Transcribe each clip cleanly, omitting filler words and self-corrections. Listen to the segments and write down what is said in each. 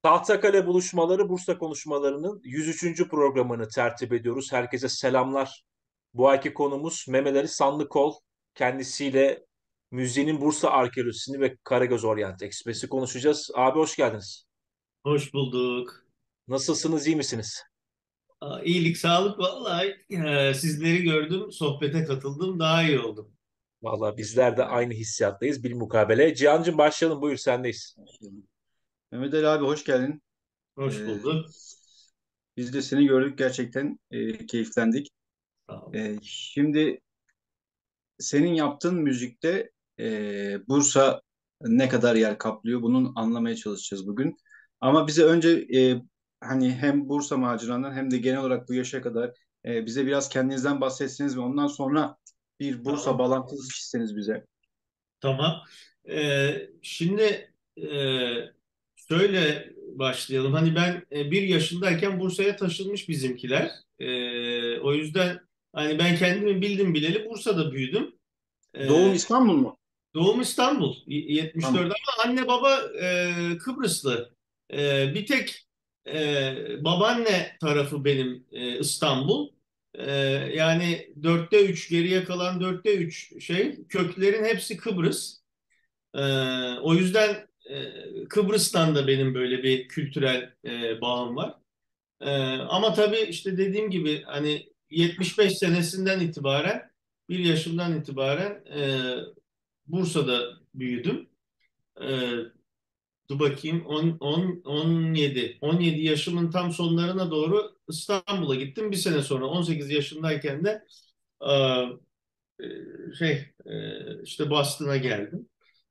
Tahtakale buluşmaları Bursa konuşmalarının 103. programını tertip ediyoruz. Herkese selamlar. Bu ayki konumuz Mehmet Ali Sanlıkol. Kendisiyle müziğin Bursa arkeolojisini ve Karagöz Orient Ekspres'i konuşacağız. Abi hoş geldiniz. Hoş bulduk. Nasılsınız, iyi misiniz? İyilik, sağlık. Vallahi sizleri gördüm, sohbete katıldım, daha iyi oldum. Vallahi bizler de aynı hissiyattayız. Bilmukabele. Cihan'cığım başlayalım. Buyur sendeyiz. Mehmet Ali abi hoş geldin. Hoş Ee, bulduk. Biz de seni gördük gerçekten keyiflendik. Sağ olun. Şimdi senin yaptığın müzikte Bursa ne kadar yer kaplıyor bunun anlamaya çalışacağız bugün. Ama bize önce hani hem Bursa macerandan hem de genel olarak bu yaşa kadar bize biraz kendinizden bahsetseniz ve ondan sonra bir Bursa Tamam. bağlantısı çizseniz bize. Tamam. Şimdi şöyle başlayalım. Hani ben 1 yaşındayken Bursa'ya taşınmış bizimkiler. O yüzden hani ben kendimi bildim bileli Bursa'da büyüdüm. Doğum E, İstanbul mu? Doğum İstanbul Tamam. 74 ama anne baba Kıbrıslı. Bir tek babaanne tarafı benim İstanbul. Yani 3/4 geriye kalan 3/4 köklerin hepsi Kıbrıs. E, O yüzden Kıbrıs'tan da benim böyle bir kültürel bağım var. Ama tabii işte dediğim gibi hani 75 senesinden itibaren 1 yaşımdan itibaren Bursa'da büyüdüm. Ee, Dur bakayım 17 yaşımın tam sonlarına doğru İstanbul'a gittim. Bir sene sonra 18 yaşındayken de işte Boston'a geldim.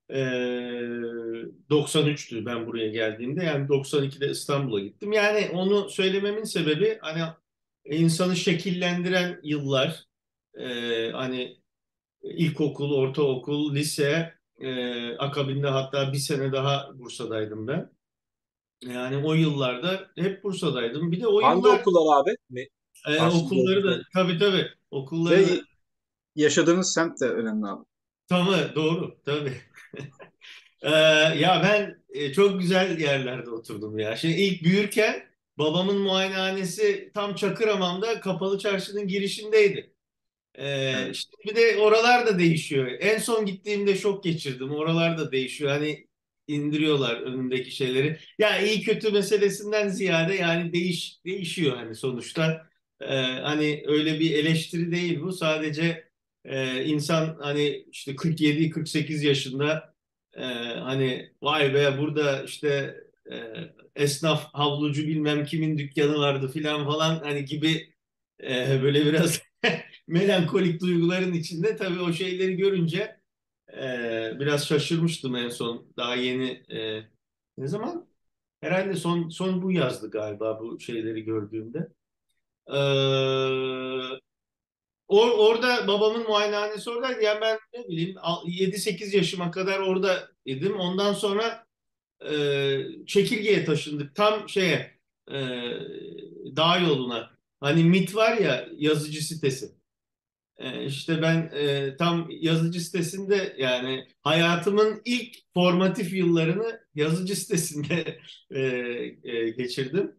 93'tü ben buraya geldiğimde. Yani 92'de İstanbul'a gittim. Yani onu söylememin sebebi hani insanı şekillendiren yıllar, hani ilkokul, ortaokul, lise, akabinde hatta bir sene daha Bursa'daydım ben. Yani o yıllarda hep Bursa'daydım. Bir de o Hangi yıllar okullar abi? Aslında okulları da tabii okulları da Ve yaşadığınız semt de önemli abi. doğru tabii. Ee, Ya ben çok güzel yerlerde oturdum ya. Şimdi ilk büyürken babamın muayenehanesi tam Çakıramam'da Kapalı Çarşı'nın girişindeydi. Evet. İşte bir de oralar da değişiyor. En son gittiğimde şok geçirdim. Oralar da değişiyor. Hani indiriyorlar önündeki şeyleri. Ya iyi kötü meselesinden ziyade yani değişiyor hani sonuçta. Hani öyle bir eleştiri değil bu. Sadece insan hani işte 47-48 yaşında hani vay be burada işte esnaf havlucu bilmem kimin dükkanı vardı filan falan hani gibi böyle biraz melankolik duyguların içinde tabii o şeyleri görünce biraz şaşırmıştım en son. Daha yeni ne zaman? Herhalde son bu yazdı galiba bu şeyleri gördüğümde. E, Orada babamın muayenehanesi oradaydı. Yani ben ne bileyim 7-8 yaşıma kadar orada idim. Ondan sonra Çekirge'ye taşındık. Tam e, dağ yoluna. Hani MIT var ya yazıcı sitesi. İşte ben tam yazıcı sitesinde yani hayatımın ilk formatif yıllarını yazıcı sitesinde geçirdim.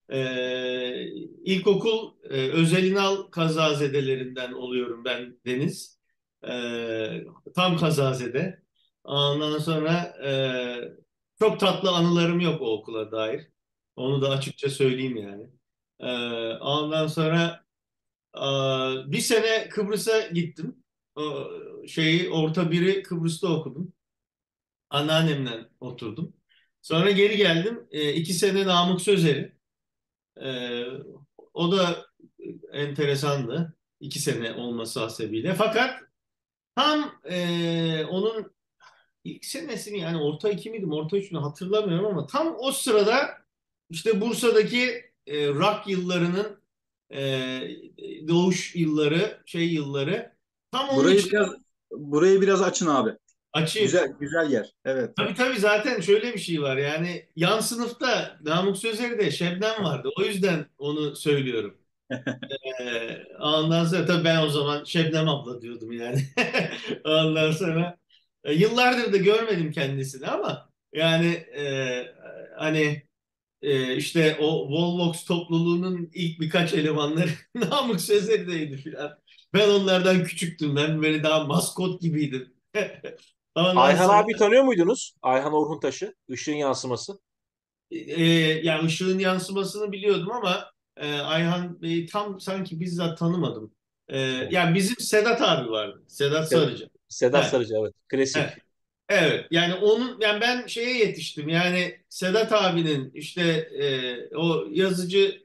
İlkokul Özel İnal kazazedelerinden oluyorum ben Deniz. Tam kazazede. Ondan sonra çok tatlı anılarım yok o okula dair. Onu da açıkça söyleyeyim yani. Ondan sonra bir sene Kıbrıs'a gittim. Orta biri Kıbrıs'ta okudum. Anneannemle oturdum. Sonra geri geldim. 2 sene Namık Sözer'i. Ee, O da enteresandı. 2 sene olması hasebiyle. Fakat tam onun ilk senesini yani orta iki miydim, orta üç mü hatırlamıyorum ama tam o sırada işte Bursa'daki rock yıllarının doğuş yılları, yılları tam onun Burayı için biraz burayı biraz açın abi. açayım. Güzel güzel yer. Evet. Tabii zaten şöyle bir şey var yani yan sınıfta Namık Sözer'de Şebnem vardı. O yüzden onu söylüyorum. Ondan sonra tabii ben o zaman Şebnem abla diyordum yani. Ondan sonra yıllardır da görmedim kendisini ama yani hani işte o Volvox topluluğunun ilk birkaç elemanları Namık Sezer'deydi filan. Ben onlardan küçüktüm. Ben böyle daha maskot gibiydim. Ondan Ayhan sonra abi tanıyor muydunuz? Ayhan Orhuntaş'ı, Işığın Yansıması. yani ışığın yansımasını biliyordum ama Ayhan Bey'i tam sanki bizzat tanımadım. Yani bizim Sedat abi vardı. Sedat Se- Sarıcı. Sedat He, Sarıcı, evet. Klasik. he. Evet yani onun yani ben şeye yetiştim yani Sedat abinin işte o yazıcı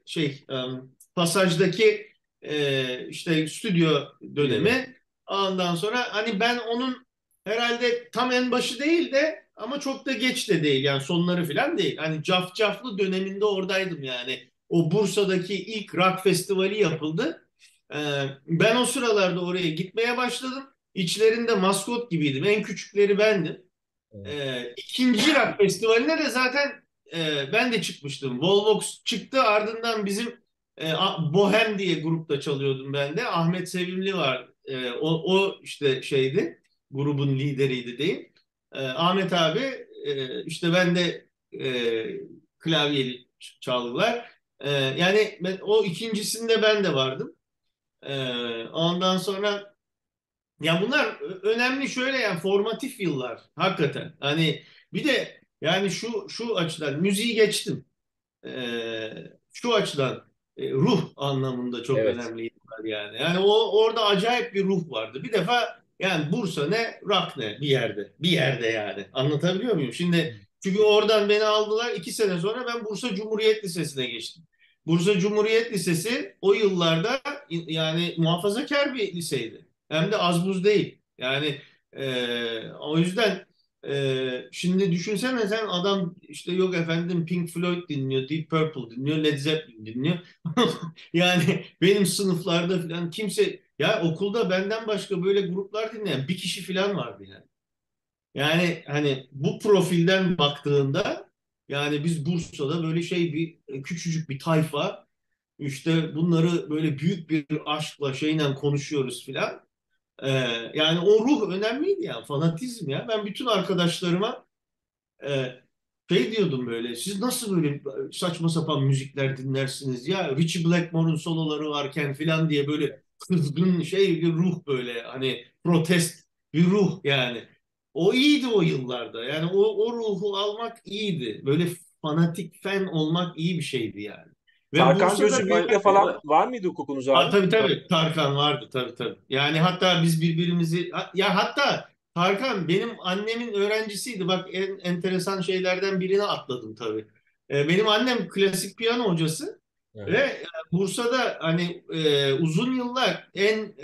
pasajdaki işte stüdyo Biliyorum. dönemi ondan sonra hani ben onun herhalde tam en başı değil de ama çok da geç de değil yani sonları falan değil. Hani cafcaflı döneminde oradaydım yani. O Bursa'daki ilk rock festivali yapıldı. E, Ben o sıralarda oraya gitmeye başladım. İçlerinde maskot gibiydim. En küçükleri bendim. Evet. İkinci rock festivaline de zaten ben de çıkmıştım. Volvox çıktı ardından bizim Bohem diye grupta çalıyordum ben de. Ahmet Sevimli var. O işte şeydi. Grubun lideriydi diyeyim. Ahmet abi işte ben de klavyeli çaldılar. Yani o ikincisinde ben de vardım. Ondan sonra ya bunlar önemli şöyle yani formatif yıllar hakikaten. Hani bir de yani şu açıdan müziği geçtim. Şu açıdan ruh anlamında çok Evet. önemli yıllar yani. Yani orada acayip bir ruh vardı. Bir defa yani Bursa ne, rock ne bir yerde. Bir yerde yani. Anlatabiliyor muyum? Şimdi çünkü oradan beni aldılar. 2 sene sonra ben Bursa Cumhuriyet Lisesi'ne geçtim. Bursa Cumhuriyet Lisesi o yıllarda yani muhafazakar bir liseydi. Hem de az buz değil. Yani o yüzden şimdi düşünsene sen adam işte yok efendim Pink Floyd dinliyor, Deep Purple dinliyor, Led Zeppelin dinliyor. Yani benim sınıflarda falan kimse ya okulda benden başka böyle gruplar dinleyen bir kişi falan vardı yani. Yani hani bu profilden baktığında yani biz Bursa'da böyle şey bir küçücük bir tayfa işte bunları böyle büyük bir aşkla şeyle konuşuyoruz filan. Ee, Yani o ruh önemliydi ya fanatizm ya. Ben bütün arkadaşlarıma e, şey diyordum böyle, siz nasıl böyle saçma sapan müzikler dinlersiniz ya? Richie Blackmore'un soloları varken filan diye böyle kızgın şey bir ruh böyle hani protest bir ruh yani. O iyiydi o yıllarda. Yani o ruhu almak iyiydi. Böyle fanatik fan olmak iyi bir şeydi yani. Ve Tarkan Bursa'da Gözükmük'le büyümek falan var mıydı hukukunuz abi? Tabii tabii Tarkan vardı tabii tabii. Yani hatta biz birbirimizi ya hatta Tarkan benim annemin öğrencisiydi. Bak en enteresan şeylerden birini atladım tabii. Benim annem klasik piyano hocası Hı ve hı. Bursa'da hani uzun yıllar en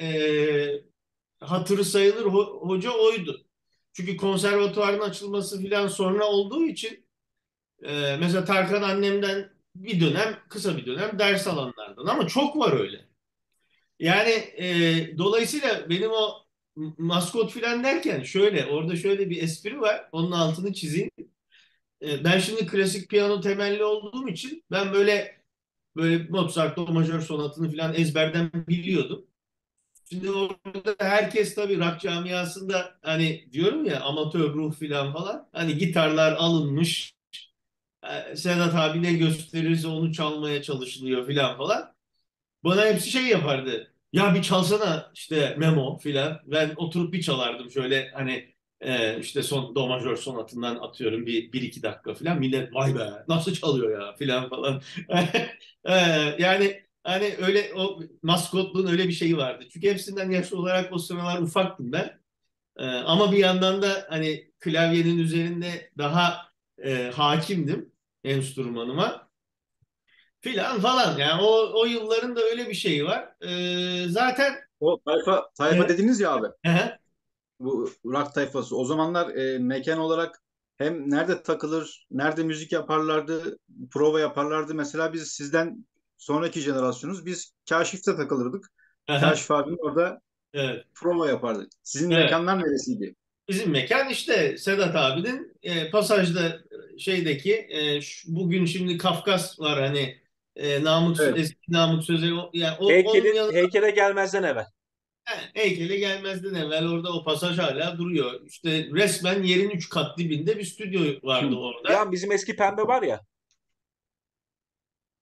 hatırı sayılır hoca oydu. Çünkü konservatuvarın açılması filan sonra olduğu için mesela Tarkan annemden bir dönem kısa bir dönem ders alanlardan ama çok var öyle. Yani dolayısıyla benim o maskot filan derken şöyle orada şöyle bir espri var. Onun altını çizeyim. Ben şimdi klasik piyano temelli olduğum için ben böyle Mozart Do majör sonatını filan ezberden biliyordum. Şimdi orada herkes tabii rock camiasında hani diyorum ya amatör ruh filan falan. Hani gitarlar alınmış. Sedat abi ne gösterirse onu çalmaya çalışılıyor filan falan. Bana hepsi şey yapardı. Ya bir çalsana işte Memo filan. Ben oturup bir çalardım şöyle hani işte son do majör sonatından atıyorum bir iki dakika filan. Millet vay be nasıl çalıyor ya filan falan. E, Yani hani öyle o maskotluğun öyle bir şeyi vardı. Çünkü hepsinden yaşlı olarak o sıralar ufaktım ben. Ama bir yandan da hani klavyenin üzerinde daha hakimdim enstrümanıma filan falan. Yani o yılların da öyle bir şeyi var. Zaten O tayfa e, dediniz ya abi. e, Bu rock tayfası. O zamanlar mekan olarak hem nerede takılır, nerede müzik yaparlardı, prova yaparlardı. Mesela biz sizden sonraki jenerasyonuz. Biz Kaşif'te takılırdık. e, Kaşif abinin orada evet, prova yapardık. Sizin evet. mekanlar neresiydi? Bizim mekan işte Sedat abinin Pasaj'da şeydeki bugün şimdi Kafkas var hani Evet. Eski Namık Sözel yani onun Heykelin yanında heykele gelmezden evvel. heykele gelmezden evvel orada o pasaj hala duruyor. İşte resmen yerin 3 kat dibinde bir stüdyo vardı Hı. orada. Ya bizim eski pembe var ya.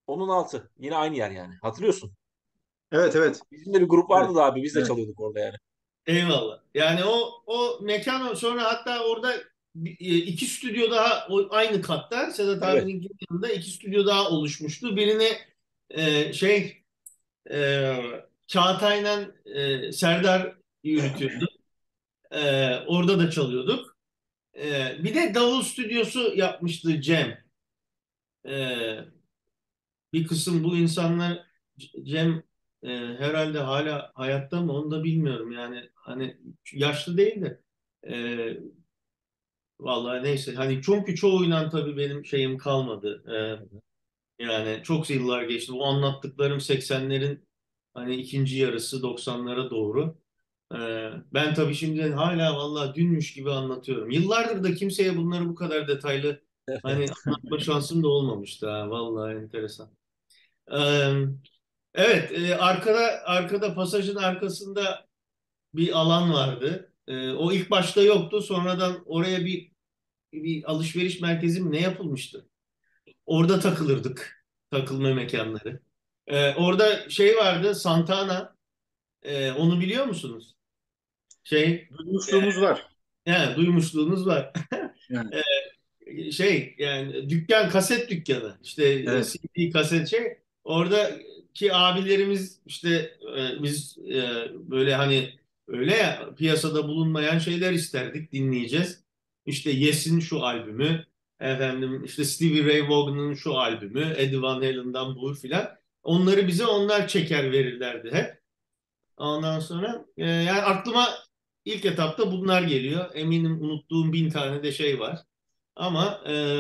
Onun altı. Yine aynı yer yani. Hatırlıyorsun. Evet, evet. Bizim de bir grup Evet. vardı da abi. Biz de Evet. çalıyorduk orada yani. Eyvallah. Yani o mekan sonra hatta orada iki stüdyo daha aynı katta Sedat Evet. abinin yanında iki stüdyo daha oluşmuştu. Birini şey Çağatay'la Serdar yürütüyordu. Orada da çalıyorduk. Bir de davul stüdyosu yapmıştı Cem. E, Bir kısım bu insanlar Cem herhalde hala hayatta mı onu da bilmiyorum. Yani hani yaşlı değil de e, vallahi neyse. Hani çünkü çoğuyla tabii benim şeyim kalmadı. Yani çok yıllar geçti. Bu anlattıklarım 80'lerin hani ikinci yarısı 90'lara doğru. Ben tabii şimdi hala vallahi dünmüş gibi anlatıyorum. Yıllardır da kimseye bunları bu kadar detaylı hani anlatma şansım da olmamıştı. Ha. Vallahi enteresan. Ee, evet, arkada pasajın arkasında bir alan vardı. O ilk başta yoktu. Sonradan oraya bir alışveriş merkezi mi ne yapılmıştı? Orada takılırdık. Takılma mekanları. Orada şey vardı, Santana. Onu biliyor musunuz? Şey, Duymuşluğumuz var. yani duymuşluğunuz var. Yani, Yani dükkan, kaset dükkanı işte, evet. CD kaset şey, oradaki abilerimiz işte, biz böyle hani öyle ya, piyasada bulunmayan şeyler isterdik, dinleyeceğiz. İşte Yes'in şu albümü, efendim işte Stevie Ray Vaughan'ın şu albümü, Eddie Van Halen'dan bu filan, onları bize onlar çeker verirlerdi hep. Ondan sonra yani aklıma ilk etapta bunlar geliyor. Eminim unuttuğum bin tane de şey var. Ama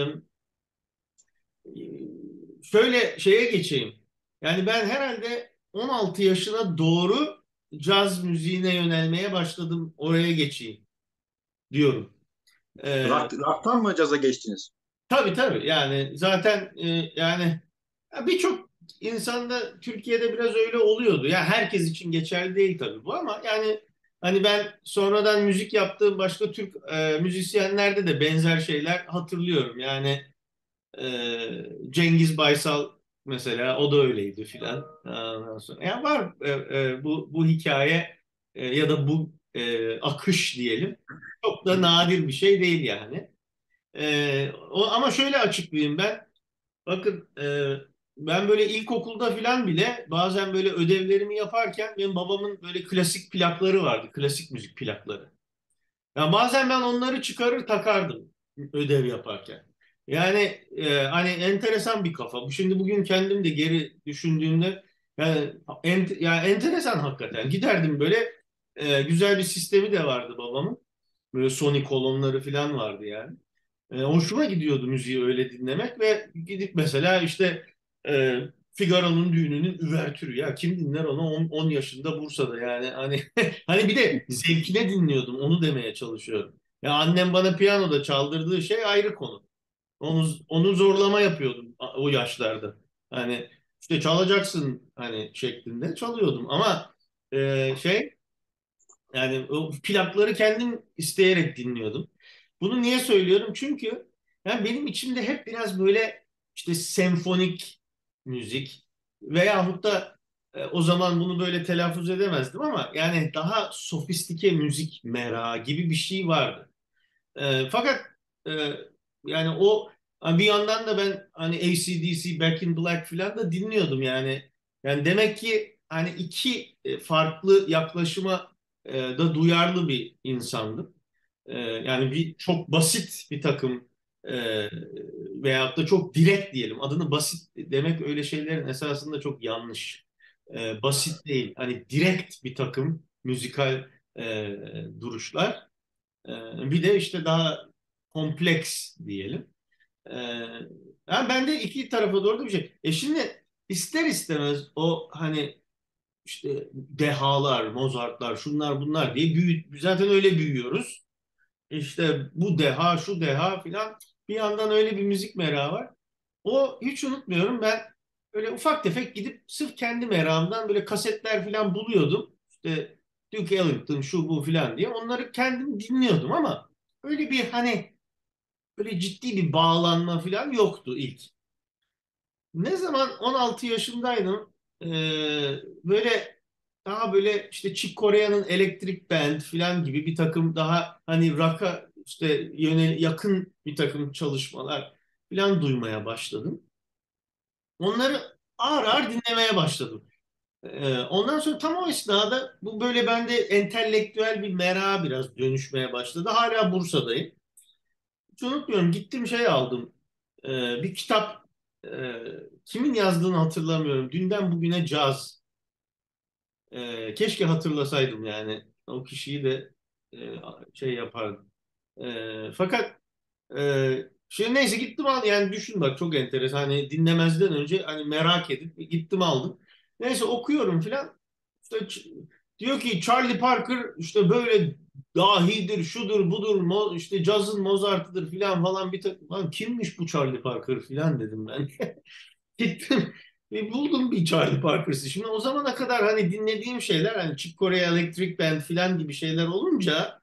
şöyle şeye geçeyim. Yani ben herhalde 16 yaşına doğru caz müziğine yönelmeye başladım. Oraya geçeyim diyorum. E, Rock'tan mı caza geçtiniz? tabii tabii, yani zaten yani ya birçok insanda Türkiye'de biraz öyle oluyordu. Ya herkes için geçerli değil tabii bu, ama yani hani ben sonradan müzik yaptığım başka Türk müzisyenlerde de benzer şeyler hatırlıyorum. Yani Cengiz Baysal mesela, o da öyleydi filan. Ondan sonra ya var bu hikaye ya da bu akış diyelim. Çok da nadir bir şey değil yani. Ama şöyle açıklayayım ben. Bakın, ben böyle ilkokulda filan bile bazen böyle ödevlerimi yaparken benim babamın böyle klasik plakları vardı. Klasik müzik plakları. Ya bazen ben onları çıkarır takardım ödev yaparken. Yani hani enteresan bir kafa. Şimdi bugün kendim de geri düşündüğümde yani, yani enteresan hakikaten. Giderdim böyle, güzel bir sistemi de vardı babamın. Böyle Sony kolonları falan vardı yani. Hoşuma gidiyordu müziği öyle dinlemek ve gidip mesela işte e, Figaro'nun Düğünü'nün üvertürü, ya kim dinler onu 10 yaşında Bursa'da yani, hani hani bir de zevkine dinliyordum, onu demeye çalışıyorum. Ya annem bana piyanoda çaldırdığı şey ayrı konu. Onu zorlama yapıyordum o yaşlarda. Hani işte çalacaksın hani şeklinde çalıyordum, ama şey, yani o plakları kendim isteyerek dinliyordum. Bunu niye söylüyorum? Çünkü yani benim içimde hep biraz böyle işte senfonik müzik veyahut da o zaman bunu böyle telaffuz edemezdim, ama yani daha sofistike müzik merakı gibi bir şey vardı. Fakat e, yani o, hani bir yandan da ben hani AC/DC, Back in Black falan da dinliyordum yani. Yani demek ki hani iki farklı yaklaşıma da duyarlı bir insandım. Yani bir çok basit bir takım veyahut da çok direkt diyelim. Adını basit demek öyle şeylerin esasında çok yanlış. Basit değil. Hani direkt bir takım müzikal duruşlar. Bir de işte daha kompleks diyelim. Yani bende iki tarafa doğru da bir şey. Şimdi ister istemez o hani işte dehalar, Mozartlar, şunlar bunlar diye zaten öyle büyüyoruz. İşte bu deha, şu deha filan, bir yandan öyle bir müzik merakı var. O hiç unutmuyorum, ben böyle ufak tefek gidip sırf kendi merakımdan böyle kasetler filan buluyordum. İşte Duke Ellington şu bu filan diye onları kendim dinliyordum, ama öyle bir hani böyle ciddi bir bağlanma filan yoktu ilk. ne zaman 16 yaşındaydım, e, böyle daha böyle işte Chick Corea'nın Electric Band falan gibi bir takım daha hani rock'a işte yakın bir takım çalışmalar falan duymaya başladım. Onları ağır ağır dinlemeye başladım. Ondan sonra tam o esnada bu böyle bende entelektüel bir merak biraz dönüşmeye başladı. Hala Bursa'dayım. Hiç unutmuyorum, gittim şey aldım. Bir kitap, kimin yazdığını hatırlamıyorum. Dünden bugüne caz. Keşke hatırlasaydım yani. O kişiyi de e, şey yapardım. Fakat şimdi neyse gittim aldım. Yani düşün bak, çok enteresan. Hani dinlemezden önce hani merak edip gittim aldım. Neyse okuyorum filan. İşte diyor ki Charlie Parker işte böyle dahidir, şudur budur, işte cazın Mozart'ıdır filan falan bir takım. Lan kimmiş bu Charlie Parker filan dedim ben. Gittim ve buldum bir Charlie Parker'sı. Şimdi o zamana kadar hani dinlediğim şeyler hani Chick Corea Electric Band filan gibi şeyler olunca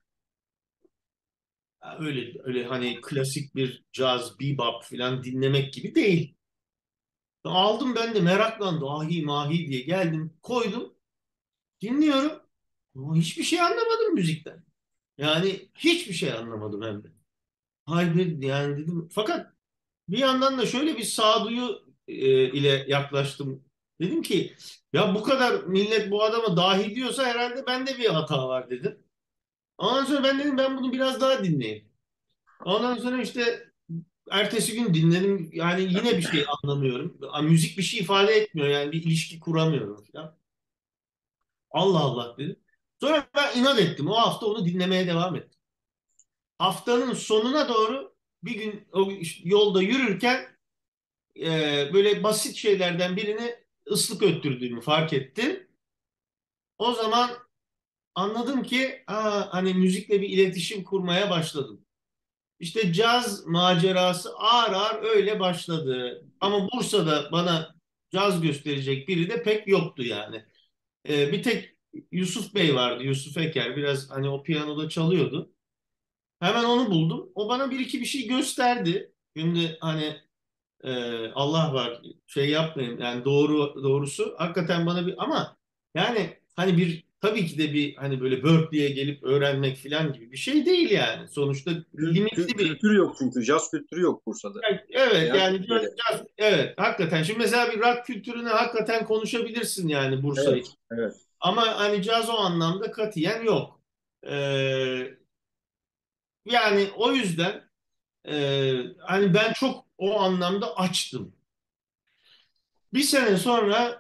öyle öyle hani klasik bir caz, bebop filan dinlemek gibi değil. Aldım ben de merakla dahi mahi diye geldim koydum dinliyorum. Ama hiçbir şey anlamadım müzikten. Yani hiçbir şey anlamadım hem de. Hayır yani dedim. Fakat bir yandan da şöyle bir sağduyu ile yaklaştım. Dedim ki ya bu kadar millet bu adama dahi diyorsa herhalde bende bir hata var dedim. Ondan sonra ben dedim ben bunu biraz daha dinleyeyim. Ondan sonra işte ertesi gün dinledim. Yani yine bir şey anlamıyorum. Müzik bir şey ifade etmiyor. Yani bir ilişki kuramıyorum falan. Allah Allah dedim. Sonra ben inat ettim. O hafta onu dinlemeye devam ettim. Haftanın sonuna doğru bir gün o yolda yürürken böyle basit şeylerden birini ıslık öttürdüğümü fark ettim. O zaman anladım ki hani müzikle bir iletişim kurmaya başladım. İşte caz macerası ağır ağır öyle başladı. Ama Bursa'da bana caz gösterecek biri de pek yoktu yani. Bir tek Yusuf Bey vardı, Yusuf Eker. Biraz hani o piyanoda çalıyordu. Hemen onu buldum. O bana bir iki bir şey gösterdi. Şimdi hani Allah var şey yapmayın yani doğrusu hakikaten bana bir ama yani hani bir tabii ki de bir hani böyle Berkeley'e gelip öğrenmek falan gibi bir şey değil yani. Sonuçta limitli bir Kültürü yok çünkü. Jazz kültürü yok Bursa'da. evet Veya yani Türkiye'de. evet hakikaten şimdi mesela bir rock kültürüne hakikaten konuşabilirsin yani Bursa Evet, için. evet. Ama hani caz o anlamda katiyen yok. Ee, Yani o yüzden hani ben çok o anlamda açtım. Bir sene sonra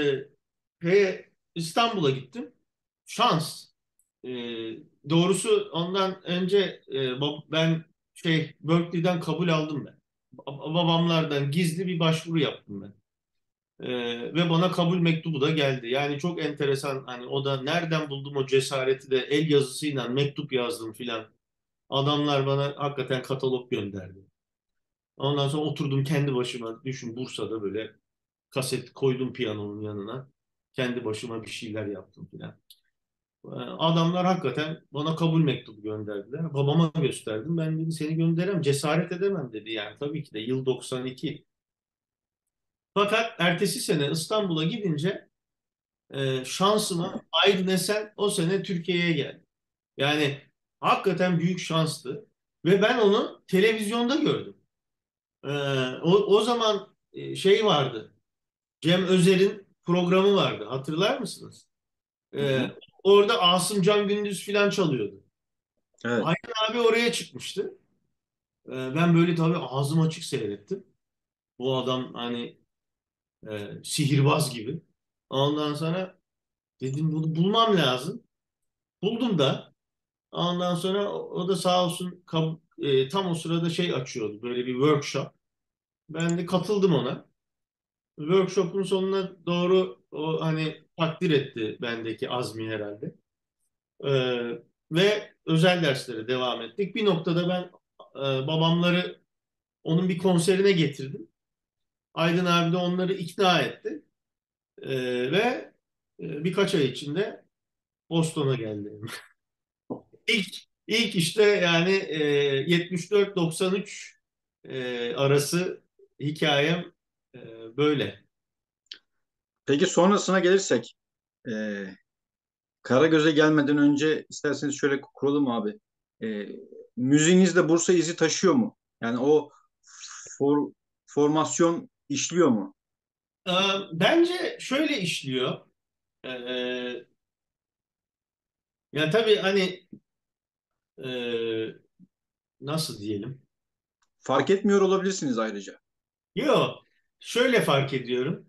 İstanbul'a gittim. Şans. E, Doğrusu ondan önce ben Berkeley'den kabul aldım ben. Babamlardan gizli bir başvuru yaptım ben. Ve bana kabul mektubu da geldi. Yani çok enteresan hani o da nereden buldum o cesareti de el yazısıyla mektup yazdım filan. Adamlar bana hakikaten katalog gönderdi. Ondan sonra oturdum kendi başıma düşün Bursa'da böyle kaset koydum piyanonun yanına. Kendi başıma bir şeyler yaptım filan. Adamlar hakikaten bana kabul mektubu gönderdiler. Babama gösterdim. Ben dedi seni gönderemem, cesaret edemem dedi. Yani tabii ki de yıl 92. Fakat ertesi sene İstanbul'a gidince şansıma Aydın Esen o sene Türkiye'ye geldi. Yani hakikaten büyük şanstı. Ve ben onu televizyonda gördüm. E, o zaman şey vardı. Cem Özer'in programı vardı. Hatırlar mısınız? Hı Ee, hı. Orada Asım Can Gündüz filan çalıyordu. Evet. Aydın abi oraya çıkmıştı. Ben böyle tabii ağzım açık seyrettim. Bu adam hani sihirbaz gibi. Ondan sonra dedim bunu bulmam lazım. Buldum da. Ondan sonra o da sağ olsun tam o sırada şey açıyordu. Böyle bir workshop. Ben de katıldım ona. Workshop'un sonuna doğru o hani takdir etti bendeki azmi herhalde. Ee, Ve özel derslere devam ettik. Bir noktada ben babamları onun bir konserine getirdim. Aydın abi de onları ikna etti. Ve birkaç ay içinde Boston'a geldi. İlk, ilk işte yani 74-93 arası hikayem böyle. Peki sonrasına gelirsek, e, Karagöz'e gelmeden önce isterseniz şöyle kuralım abi. E, müziğinizde Bursa izi taşıyor mu? Yani o for- formasyon işliyor mu? Ee, Bence şöyle işliyor. Ee, Ya tabii hani nasıl diyelim? Fark etmiyor olabilirsiniz ayrıca. Yok, şöyle fark ediyorum.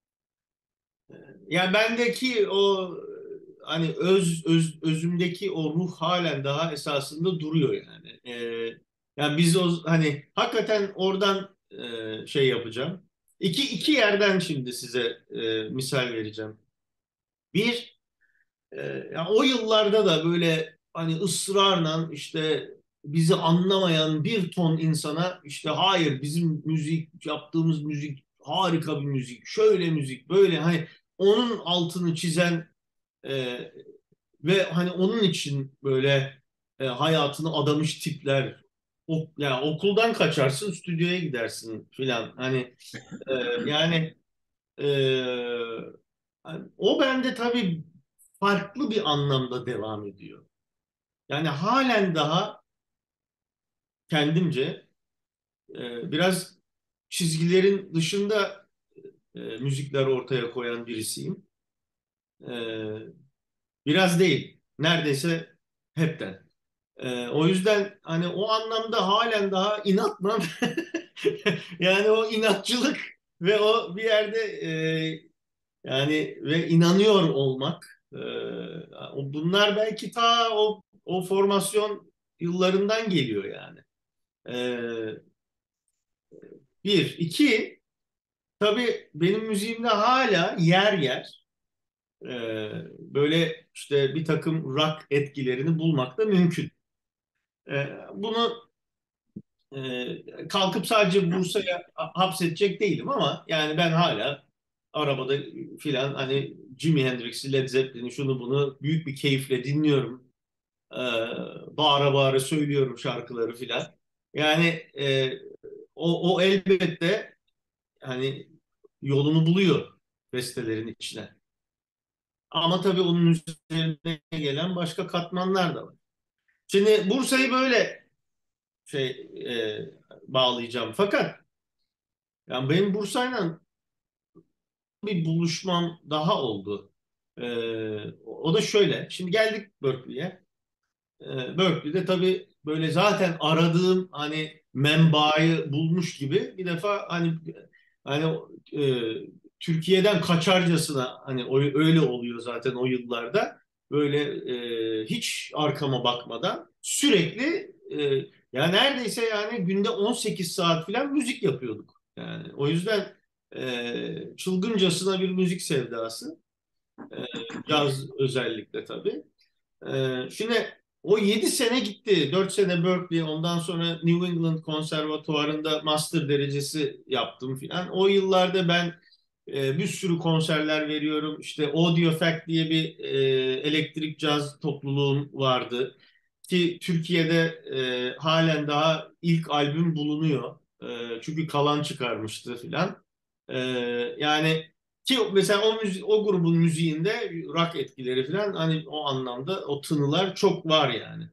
Yani bendeki o hani özümdeki o ruh halen daha esasında duruyor yani. Yani biz o hani hakikaten oradan şey yapacağım. İki yerden şimdi size misal vereceğim. Bir, yani o yıllarda da böyle hani ısrarla işte bizi anlamayan bir ton insana işte hayır bizim müzik yaptığımız müzik harika bir müzik şöyle müzik böyle hani onun altını çizen e, ve hani onun için böyle hayatını adamış tipler yani okuldan kaçarsın stüdyoya gidersin filan hani e, yani e, yani o bende tabii farklı bir anlamda devam ediyor. Yani halen daha kendimce biraz çizgilerin dışında müzikler ortaya koyan birisiyim. E, Biraz değil, neredeyse hepten. O yüzden hani o anlamda halen daha inatla yani o inatçılık ve o bir yerde yani ve inanıyor olmak bunlar belki ta o formasyon yıllarından geliyor yani. E, Bir, iki tabii benim müziğimde hala yer yer e, böyle işte bir takım rock etkilerini bulmak da mümkün. Bunu kalkıp sadece Bursa'ya hapsedecek değilim ama yani ben hala arabada filan hani Jimi Hendrix'i, Led Zeppelin'i şunu bunu büyük bir keyifle dinliyorum. Ee, Bağıra bağıra söylüyorum şarkıları filan. Yani o elbette hani yolunu buluyor bestelerin içine. Ama tabii onun üzerine gelen başka katmanlar da var. Şimdi Bursa'yı böyle şey bağlayacağım. Fakat yani benim Bursa'yla bir buluşmam daha oldu. O da şöyle. Şimdi geldik Berkeley'e. Berkeley'de tabii böyle zaten aradığım hani menbaı bulmuş gibi bir defa hani e, Türkiye'den kaçarcasına hani öyle oluyor zaten o yıllarda. Böyle hiç arkama bakmadan sürekli ya neredeyse yani günde 18 saat falan müzik yapıyorduk. Yani o yüzden çılgıncasına bir müzik sevdası. E, Caz özellikle tabii. Şimdi o 7 sene gitti. 4 sene Berkeley, ondan sonra New England Konservatuvarı'nda master derecesi yaptım filan. O yıllarda ben bir sürü konserler veriyorum. İşte Audio Fact diye bir elektrik caz topluluğum vardı. Ki Türkiye'de halen daha ilk albüm bulunuyor. Çünkü Kalan çıkarmıştı filan. E, Yani ki mesela o grubun müziğinde rock etkileri falan hani o anlamda o tınılar çok var yani.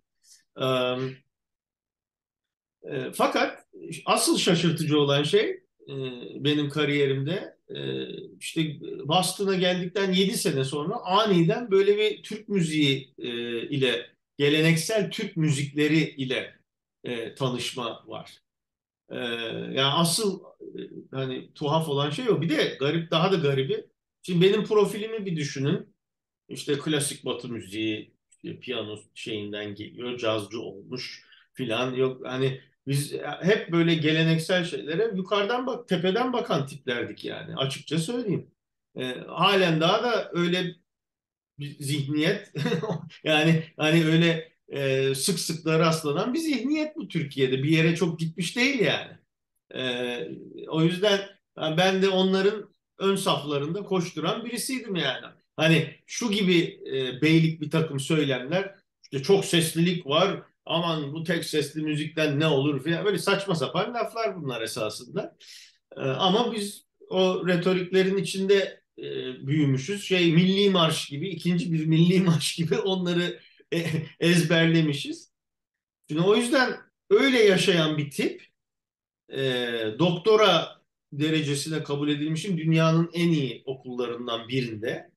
Fakat asıl şaşırtıcı olan şey benim kariyerimde işte Boston'a geldikten 7 sene sonra aniden böyle bir Türk müziği ile geleneksel Türk müzikleri ile tanışma var. Ee, Yani asıl hani tuhaf olan şey o. Bir de garip daha da garibi. Şimdi benim profilimi bir düşünün. İşte klasik Batı müziği, işte piyano şeyinden geliyor, cazcı olmuş filan. Yok hani biz hep böyle geleneksel şeylere yukarıdan bak, tepeden bakan tiplerdik yani. Açıkça söyleyeyim. Halen daha da öyle bir zihniyet yani hani öyle sık sıklara rastlanan bir zihniyet bu Türkiye'de. Bir yere çok gitmiş değil yani. O yüzden ben de onların ön saflarında koşturan birisiydim yani. Hani şu gibi beylik bir takım söylemler, işte çok seslilik var, aman bu tek sesli müzikten ne olur falan böyle saçma sapan laflar bunlar esasında. Ama biz o retoriklerin içinde büyümüşüz. Milli Marş gibi, ikinci bir Milli Marş gibi onları ezberlemişiz. Şimdi o yüzden öyle yaşayan bir tip doktora derecesine kabul edilmişim dünyanın en iyi okullarından birinde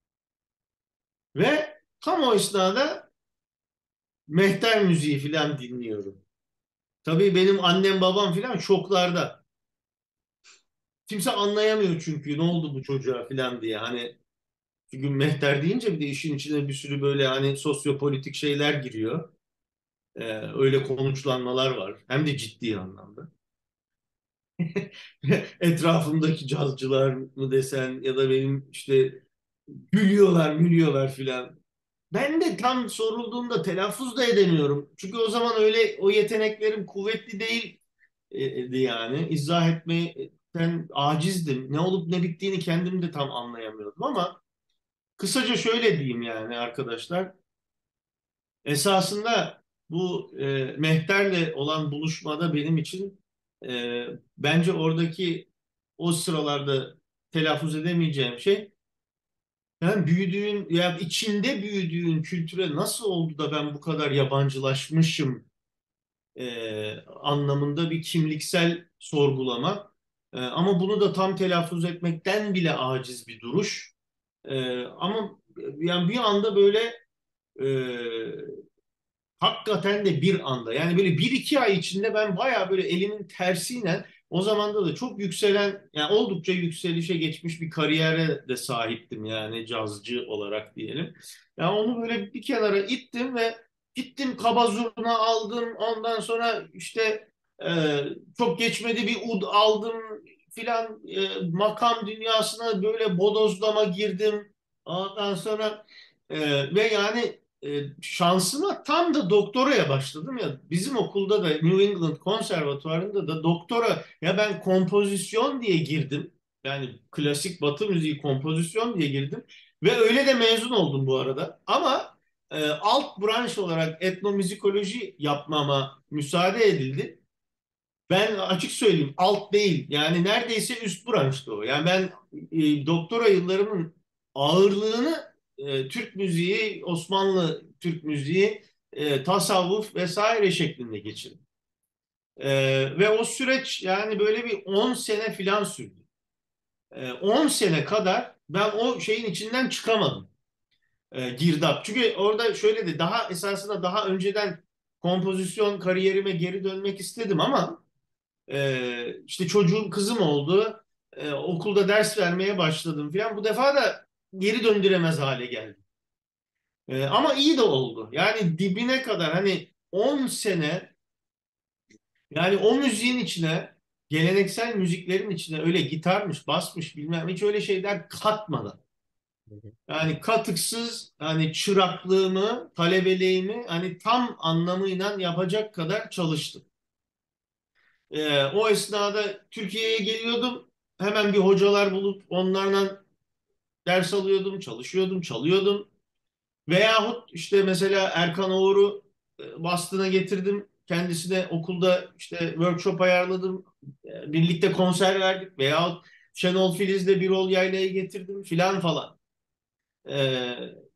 ve tam o esnada mehter müziği falan dinliyorum. Tabii benim annem babam falan şoklarda. Kimse anlayamıyor çünkü ne oldu bu çocuğa falan diye. Hani çünkü mehter deyince bir de işin içine bir sürü böyle hani sosyopolitik şeyler giriyor. Öyle konuşlanmalar var. Hem de ciddi anlamda. Etrafımdaki cazcılar mı desen ya da benim işte gülüyorlar filan. Ben de tam sorulduğunda telaffuz da edemiyorum. Çünkü o zaman öyle o yeteneklerim kuvvetli değildi yani. İzah etmekten acizdim. Ne olup ne bittiğini kendim de tam anlayamıyordum ama kısaca şöyle diyeyim yani arkadaşlar. Esasında bu Mehter'le olan buluşmada benim için bence oradaki o sıralarda telaffuz edemeyeceğim şey yani büyüdüğün ya içinde büyüdüğün kültüre nasıl oldu da ben bu kadar yabancılaşmışım anlamında bir kimliksel sorgulama. Ama bunu da tam telaffuz etmekten bile aciz bir duruş. Ama yani bir anda böyle e, hakikaten de bir anda yani böyle bir iki ay içinde ben bayağı böyle elimin tersiyle o zamanda da çok yükselen yani oldukça yükselişe geçmiş bir kariyere de sahiptim yani cazcı olarak diyelim. Yani onu böyle bir kenara ittim ve gittim kaba zurna aldım ondan sonra işte e, çok geçmedi bir ud aldım filan makam dünyasına böyle bodozlama girdim. Ondan sonra ve yani şansıma tam da doktoraya başladım ya. Bizim okulda da New England Konservatuvarı'nda da doktora ya ben kompozisyon diye girdim. Yani klasik Batı müziği kompozisyon diye girdim. Ve öyle de mezun oldum bu arada. Ama alt branş olarak etnomüzikoloji yapmama müsaade edildi. Ben açık söyleyeyim alt değil. Yani neredeyse üst branştı o. Yani ben doktora yıllarımın ağırlığını Türk müziği, Osmanlı Türk müziği, tasavvuf vesaire şeklinde geçirdim. E, Ve o süreç yani böyle bir 10 sene filan sürdü. 10 sene kadar ben o şeyin içinden çıkamadım. Girdap. Çünkü orada şöyle de daha esasında daha önceden kompozisyon kariyerime geri dönmek istedim ama işte çocuğum kızım oldu. Okulda ders vermeye başladım falan. Bu defa da geri döndüremez hale geldim. Ama iyi de oldu. Yani dibine kadar hani 10 sene yani o müziğin içine geleneksel müziklerin içine öyle gitarmış, basmış bilmem hiç öyle şeyler katmadan. Yani katıksız hani çıraklığımı, talebeliğimi hani tam anlamıyla yapacak kadar çalıştım. O esnada Türkiye'ye geliyordum. Hemen bir hocalar bulup onlarla ders alıyordum, çalışıyordum, çalıyordum. Veyahut işte mesela Erkan Oğur'u Boston'a getirdim. Kendisine okulda işte workshop ayarladım. Birlikte konser verdik. Veyahut Şenol Filiz'le Birol Yayla'yı getirdim filan falan. Ee,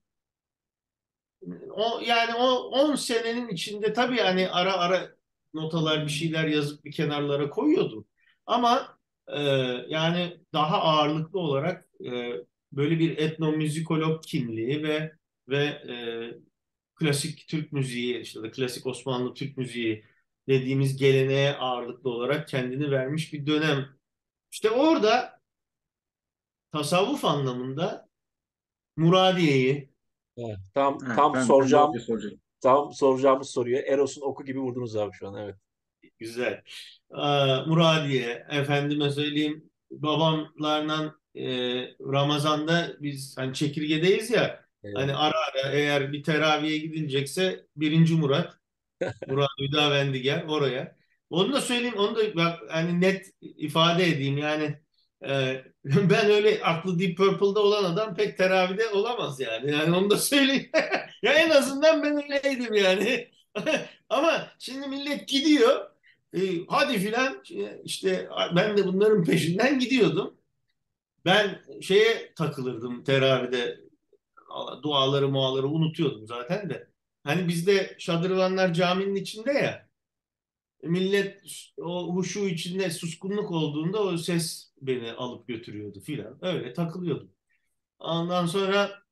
yani o 10 senenin içinde tabii yani ara ara notalar bir şeyler yazıp bir kenarlara koyuyordum. Ama e, yani daha ağırlıklı olarak böyle bir etnomüzikolog kimliği ve klasik Türk müziği işte de klasik Osmanlı Türk müziği dediğimiz geleneğe ağırlıklı olarak kendini vermiş bir dönem. İşte orada tasavvuf anlamında Muradiye'yi, Evet. Tam Evet, tam ben de oraya soracağım soracağım. tam soracağımız soruyu Eros'un oku gibi vurdunuz abi şu an. Evet. güzel. Muradiye, efendime söyleyeyim babamlarla Ramazan'da biz hani çekirgedeyiz ya hani Evet. ara ara eğer bir teraviye gidilecekse birinci Murat, Murat Hüdavendigar oraya. Onu da söyleyeyim, onu da bak hani net ifade edeyim yani ben öyle aklı Deep Purple'da olan adam pek teravide olamaz yani. Yani onu da söyleyeyim. Ya en azından ben öyleydim yani. Ama şimdi millet gidiyor. Hadi filan işte ben de bunların peşinden gidiyordum. ben şeye takılırdım teravide, duaları muaları unutuyordum zaten de. Hani bizde şadırvanlar caminin içinde ya, millet o huşu içinde suskunluk olduğunda o ses beni alıp götürüyordu filan. Öyle takılıyordum. Ondan sonra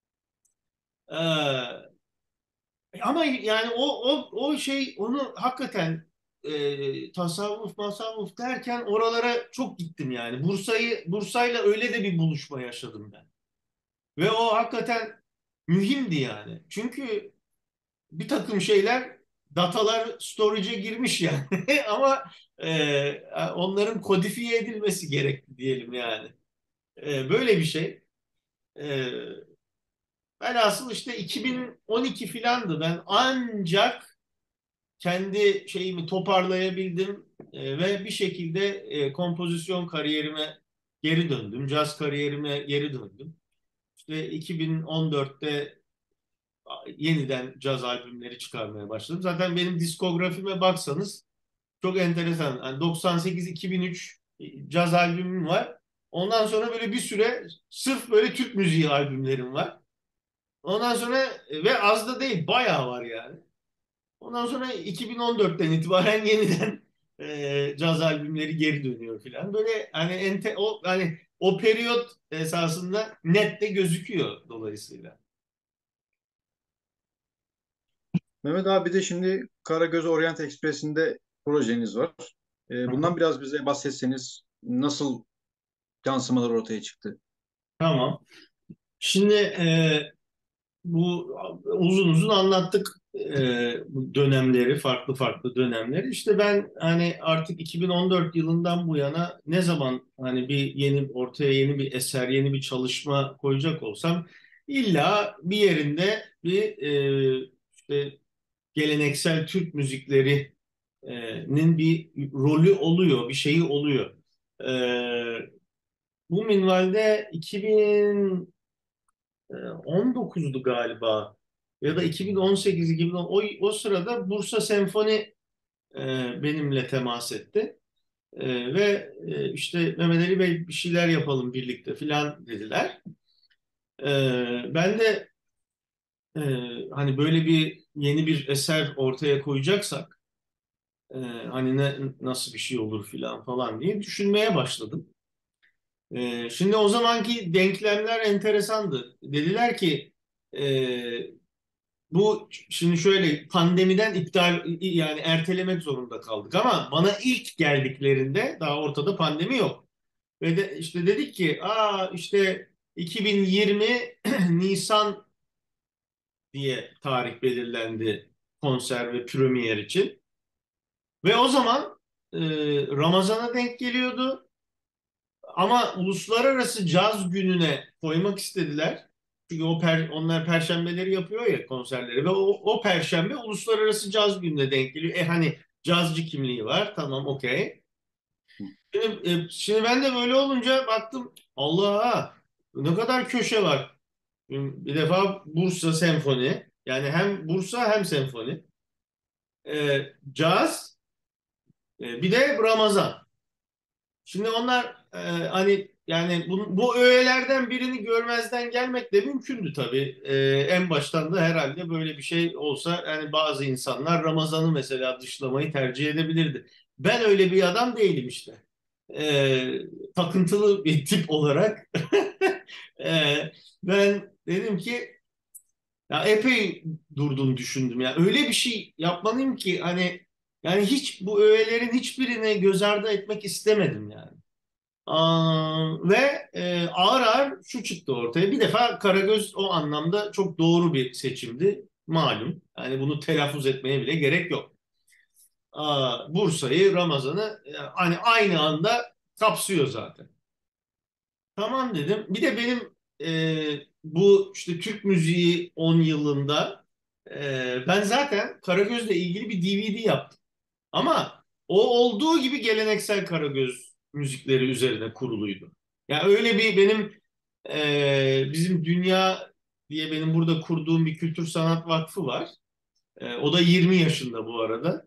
ama yani o şey, onu hakikaten tasavvuf masavvuf derken oralara çok gittim yani. Bursa'yla öyle de bir buluşma yaşadım ben. Ve o hakikaten mühimdi yani. Çünkü bir takım şeyler, datalar storage'e girmiş yani. Ama onların kodifiye edilmesi gerekti diyelim yani. Böyle bir şey. E, Velhasıl işte 2012 filandı. Ben ancak kendi şeyimi toparlayabildim ve bir şekilde kompozisyon kariyerime geri döndüm. Caz kariyerime geri döndüm. İşte 2014'te yeniden caz albümleri çıkarmaya başladım. Zaten benim diskografime baksanız çok enteresan. Yani 98-2003 caz albümüm var. Ondan sonra böyle bir süre sırf böyle Türk müziği albümlerim var. Ondan sonra ve az da değil, bayağı var yani. Ondan sonra 2014'ten itibaren yeniden caz albümleri geri dönüyor filan. Böyle hani o hani o periyot esasında net de gözüküyor dolayısıyla. Mehmet abi, bir de şimdi Karagöz Orient Express'inde projeniz var. Hı hı. Bundan biraz bize bahsetseniz, nasıl yansımalar ortaya çıktı? Tamam. Şimdi bu uzun uzun anlattık bu dönemleri, farklı farklı dönemleri. İşte ben hani artık 2014 yılından bu yana ne zaman hani bir ortaya yeni bir eser, yeni bir çalışma koyacak olsam illa bir yerinde bir işte geleneksel Türk müziklerinin bir rolü oluyor, bir şeyi oluyor. E, Bu minvalde 2019'du galiba ya da 2018-2010, o sırada Bursa Senfoni benimle temas etti. İşte Mehmet Ali Bey, bir şeyler yapalım birlikte filan dediler. Ben de e, hani böyle bir yeni bir eser ortaya koyacaksak hani nasıl bir şey olur filan falan diye düşünmeye başladım. Şimdi o zamanki denklemler enteresandı. Dediler ki bu şimdi şöyle, pandemiden yani ertelemek zorunda kaldık, ama bana ilk geldiklerinde daha ortada pandemi yok. Ve de işte dedik ki işte 2020 Nisan diye tarih belirlendi konser ve premier için. Ve o zaman e, Ramazan'a denk geliyordu. Ama uluslararası caz gününe koymak istediler. Çünkü onlar perşembeleri yapıyor ya konserleri, ve o perşembe uluslararası caz gününe denk geliyor. Hani cazcı kimliği var. Tamam, okey. Şimdi ben de böyle olunca baktım, Allah, ne kadar köşe var. Şimdi bir defa Bursa Senfoni, yani hem Bursa hem senfoni. Caz, bir de Ramazan. Şimdi onlar hani yani bu öğelerden birini görmezden gelmek de mümkündü tabii. En baştan da herhalde böyle bir şey olsa yani bazı insanlar Ramazan'ı mesela dışlamayı tercih edebilirdi. Ben öyle bir adam değilim işte. Takıntılı bir tip olarak e, ben dedim ki ya epey durdum, düşündüm ya. Öyle bir şey yapmalıyım ki hani, yani hiç bu öğelerin hiçbirini göz ardı etmek istemedim yani. Ve ağır ağır şu çıktı ortaya. Bir defa Karagöz o anlamda çok doğru bir seçimdi. Malum. Yani bunu telaffuz etmeye bile gerek yok. Bursa'yı, Ramazan'ı hani aynı anda kapsıyor zaten. Tamam dedim. Bir de benim bu işte Türk müziği 10 yılında ben zaten Karagöz'le ilgili bir DVD yaptım. Ama o olduğu gibi geleneksel Karagöz müzikleri üzerine kuruluydu. Yani öyle bir benim bizim Dünya diye benim burada kurduğum bir kültür sanat vakfı var. O da 20 yaşında bu arada.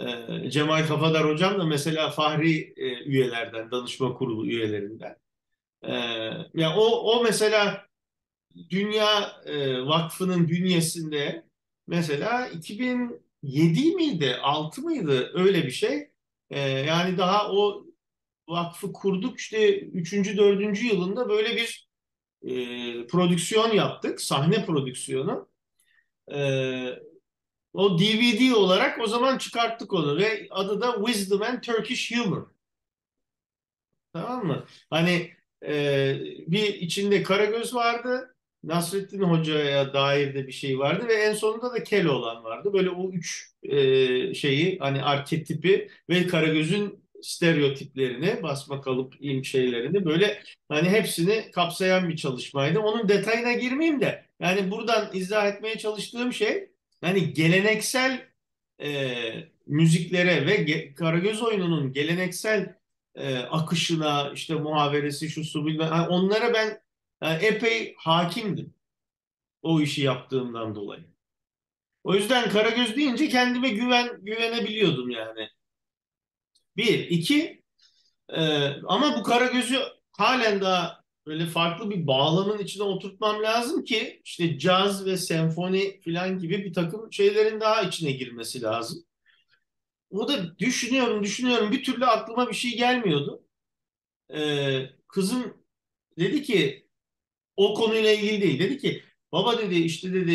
Cemal Kafadar hocam da mesela Fahri üyelerden, danışma kurulu üyelerinden. E, Ya o mesela Dünya Vakfı'nın bünyesinde mesela 2007 miydi, 6 mıydı öyle bir şey. Yani daha o vakfı kurduk işte üçüncü dördüncü yılında böyle bir prodüksiyon yaptık, sahne prodüksiyonu. E, O DVD olarak o zaman çıkarttık onu ve adı da Wisdom and Turkish Humor. Tamam mı? Hani bir içinde Karagöz vardı. Nasrettin Hoca'ya dair de bir şey vardı ve en sonunda da Keloğlan vardı. Böyle o üç şeyi hani arketipi ve Karagöz'ün stereotiplerini, basma kalıp ilm şeylerini böyle hani hepsini kapsayan bir çalışmaydı. Onun detayına girmeyeyim de yani buradan izah etmeye çalıştığım şey hani geleneksel müziklere ve Karagöz oyununun geleneksel akışına işte muhaberesi şu su bilmem yani onlara ben epey hakimdim o işi yaptığımdan dolayı. O yüzden Karagöz deyince kendime güvenebiliyordum yani. Bir, iki ama bu Karagöz'ü halen daha böyle farklı bir bağlamın içine oturtmam lazım ki işte caz ve senfoni falan gibi bir takım şeylerin daha içine girmesi lazım. O da düşünüyorum bir türlü aklıma bir şey gelmiyordu. Kızım dedi ki o konuyla ilgili değil. Dedi ki baba dedi işte dedi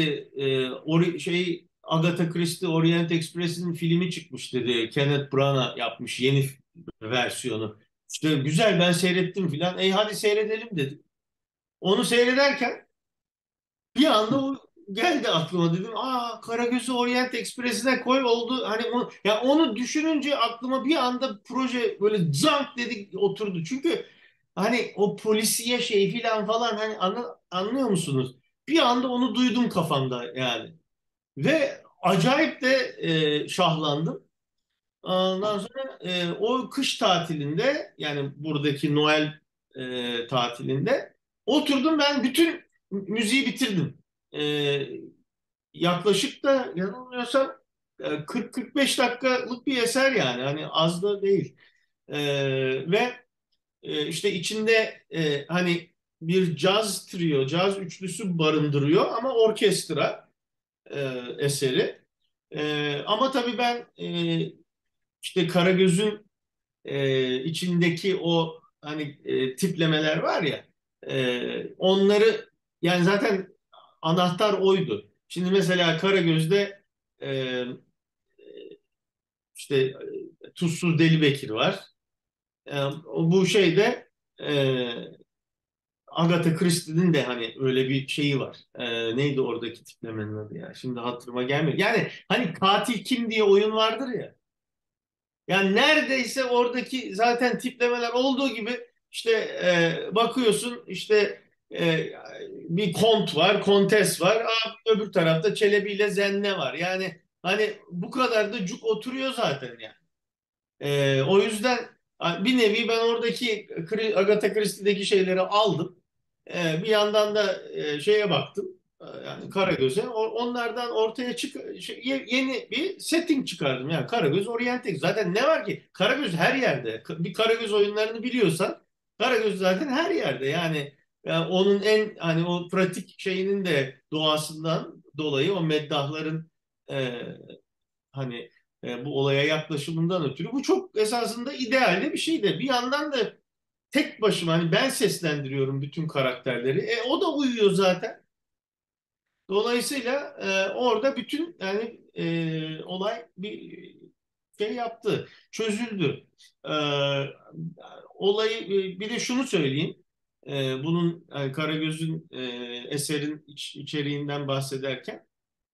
Agatha Christie Orient Express'in filmi çıkmış dedi. Kenneth Branagh yapmış yeni versiyonu. İşte güzel ben seyrettim filan. Hadi seyredelim dedi. Onu seyrederken bir anda o geldi aklıma dedim. Karagöz'ü Orient Express'ine koy oldu. Hani ya onu düşününce aklıma bir anda proje böyle zank dedik oturdu. Çünkü hani o polisiye şey filan falan hani anlıyor musunuz? Bir anda onu duydum kafamda yani. Ve acayip de şahlandım. Ondan sonra o kış tatilinde yani buradaki Noel tatilinde oturdum ben bütün müziği bitirdim. E, Yaklaşık da yanılmıyorsam 40-45 dakikalık bir eser yani hani az da değil. E, Ve işte içinde hani bir caz trio, caz üçlüsü barındırıyor ama orkestra eseri. Ama tabii ben işte Karagöz'ün içindeki o hani tiplemeler var ya onları yani zaten anahtar oydu. Şimdi mesela Karagöz'de e, işte Tuzsuz Deli Bekir var. Bu şeyde Agatha Christie'nin de hani öyle bir şeyi var. Neydi oradaki tiplemenin adı ya? Şimdi hatırıma gelmiyor. Yani hani katil kim diye oyun vardır ya. Yani neredeyse oradaki zaten tiplemeler olduğu gibi işte bakıyorsun işte bir kont var, kontes var. Öbür tarafta Çelebi ile Zenne var. Yani hani bu kadar da cuk oturuyor zaten yani. O yüzden bir nevi ben oradaki Agatha Christie'deki şeyleri aldım. Bir yandan da şeye baktım. Yani Karagöz'e. Onlardan ortaya yeni bir setting çıkardım. Yani Karagöz Orientex. Zaten ne var ki? Karagöz her yerde. Bir Karagöz oyunlarını biliyorsan Karagöz zaten her yerde. Yani onun en hani o pratik şeyinin de doğasından dolayı o meddahların e, hani bu olaya yaklaşımından ötürü bu çok esasında idealde bir şey de bir yandan da tek başıma hani ben seslendiriyorum bütün karakterleri. O da uyuyor zaten. Dolayısıyla orada bütün yani olay bir şey yaptı, çözüldü. E, Olayı bir de şunu söyleyeyim. Bunun yani Karagöz'ün eserin içeriğinden bahsederken.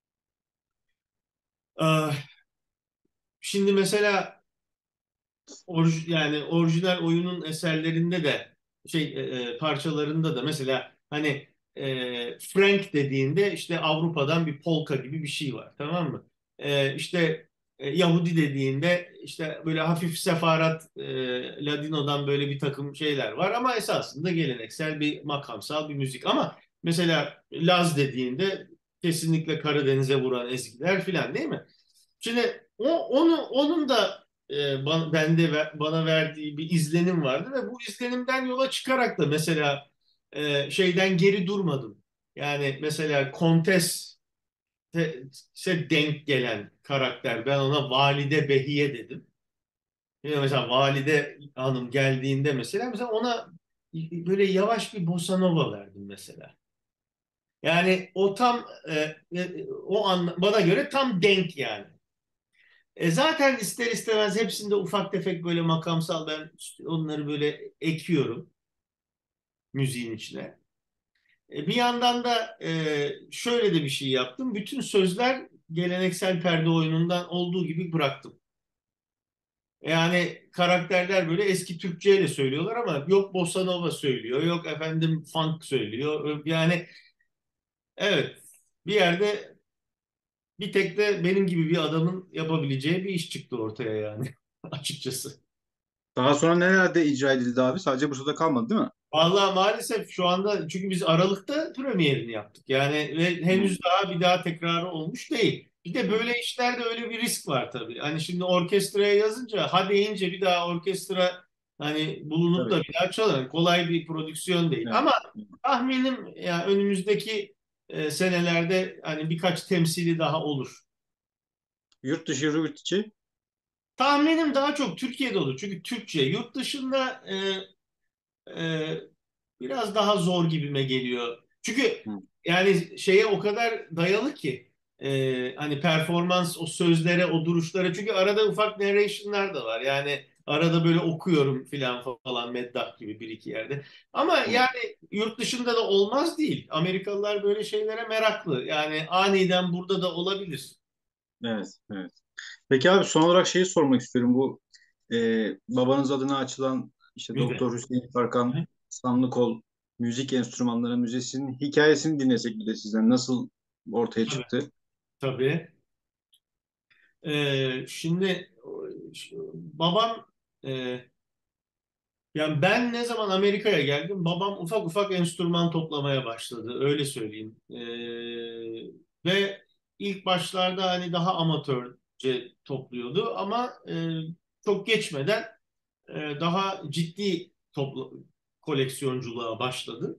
E, Şimdi mesela yani orijinal oyunun eserlerinde de parçalarında da mesela hani Frank dediğinde işte Avrupa'dan bir polka gibi bir şey var, tamam mı? İşte Yahudi dediğinde işte böyle hafif sefarat Ladino'dan böyle bir takım şeyler var ama esasında geleneksel bir makamsal bir müzik ama mesela Laz dediğinde kesinlikle Karadeniz'e vuran ezgiler filan değil mi? Şimdi onun da bana verdiği bir izlenim vardı ve bu izlenimden yola çıkarak da mesela şeyden geri durmadım. Yani mesela Kontes'e denk gelen karakter, ben ona Valide Behiye dedim. Yani mesela Valide Hanım geldiğinde mesela ona böyle yavaş bir bossa nova verdim mesela. Yani o tam bana göre tam denk yani. Zaten ister istemez hepsinde ufak tefek böyle makamsal, ben onları böyle ekiyorum müziğin içine. Bir yandan da şöyle de bir şey yaptım. Bütün sözler geleneksel perde oyunundan olduğu gibi bıraktım. Yani karakterler böyle eski Türkçeyle söylüyorlar ama yok bossa nova söylüyor, yok efendim funk söylüyor. Yani evet, bir yerde bir tek de benim gibi bir adamın yapabileceği bir iş çıktı ortaya yani açıkçası. Daha sonra nelerde icra edildi abi? Sadece Bursa'da kalmadı değil mi? Vallahi maalesef şu anda, çünkü biz Aralık'ta premierini yaptık. Yani ve Hı, henüz bir daha tekrarı olmuş değil. Bir de hı. böyle işlerde öyle bir risk var tabii. Hani şimdi orkestraya yazınca, ha deyince bir daha orkestra hani bulunup Tabii. da bir daha çalar. Kolay bir prodüksiyon değil. Evet. Ama tahminim yani önümüzdeki senelerde hani birkaç temsili daha olur. Yurt dışı, yurt içi. Tahminim daha çok Türkiye'de olur. Çünkü Türkçe. Yurt dışında e, biraz daha zor gibime geliyor. Çünkü Hı, yani şeye o kadar dayalı ki hani performans, o sözlere, o duruşlara. Çünkü arada ufak narration'lar da var. Yani arada böyle okuyorum filan falan, meddah gibi bir iki yerde. Ama hı. yani yurt dışında da olmaz değil. Amerikalılar böyle şeylere meraklı. Yani aniden burada da olabilir. Evet, evet. Peki abi son olarak şeyi sormak istiyorum. Bu babanız adına açılan işte Müze. Doktor Hüseyin Tarkan Sanlıkol müzik enstrümanları müzesinin hikayesini dinlesek bir de sizden. Nasıl ortaya Tabii. çıktı? Tabii. Şimdi babam, e, yani ben ne zaman Amerika'ya geldim, babam ufak ufak enstrüman toplamaya başladı. Öyle söyleyeyim. Ve ilk başlarda hani daha amatörce topluyordu ama çok geçmeden daha ciddi koleksiyonculuğa başladı.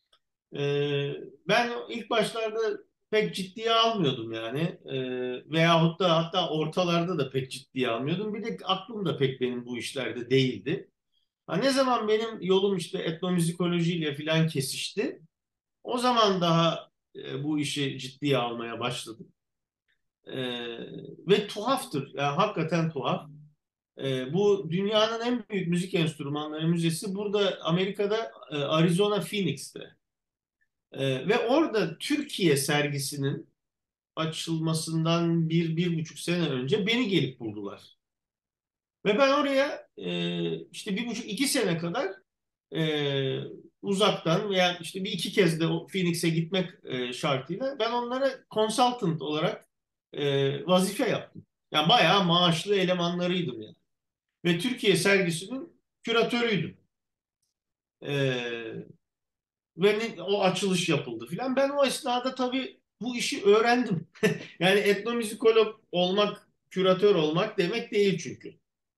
Ben ilk başlarda pek ciddiye almıyordum yani. Veyahut da hatta ortalarda da pek ciddiye almıyordum. Bir de aklım da pek benim bu işlerde değildi. Ha, ne zaman benim yolum işte etnomüzikolojiyle falan kesişti, o zaman daha bu işi ciddiye almaya başladım. E, Ve tuhaftır, yani hakikaten tuhaf. Bu dünyanın en büyük müzik enstrümanları müzesi burada Amerika'da, Arizona Phoenix'te. Ve orada Türkiye sergisinin açılmasından bir buçuk sene önce beni gelip buldular. Ve ben oraya işte bir buçuk iki sene kadar e, uzaktan veya işte bir iki kez de o Phoenix'e gitmek şartıyla ben onlara consultant olarak vazife yaptım. Yani bayağı maaşlı elemanlarıydım yani. Ve Türkiye sergisinin küratörüydüm. E, Ve o açılış yapıldı filan. Ben o esnada tabii bu işi öğrendim. Yani etnomüzikolog olmak, küratör olmak demek değil çünkü.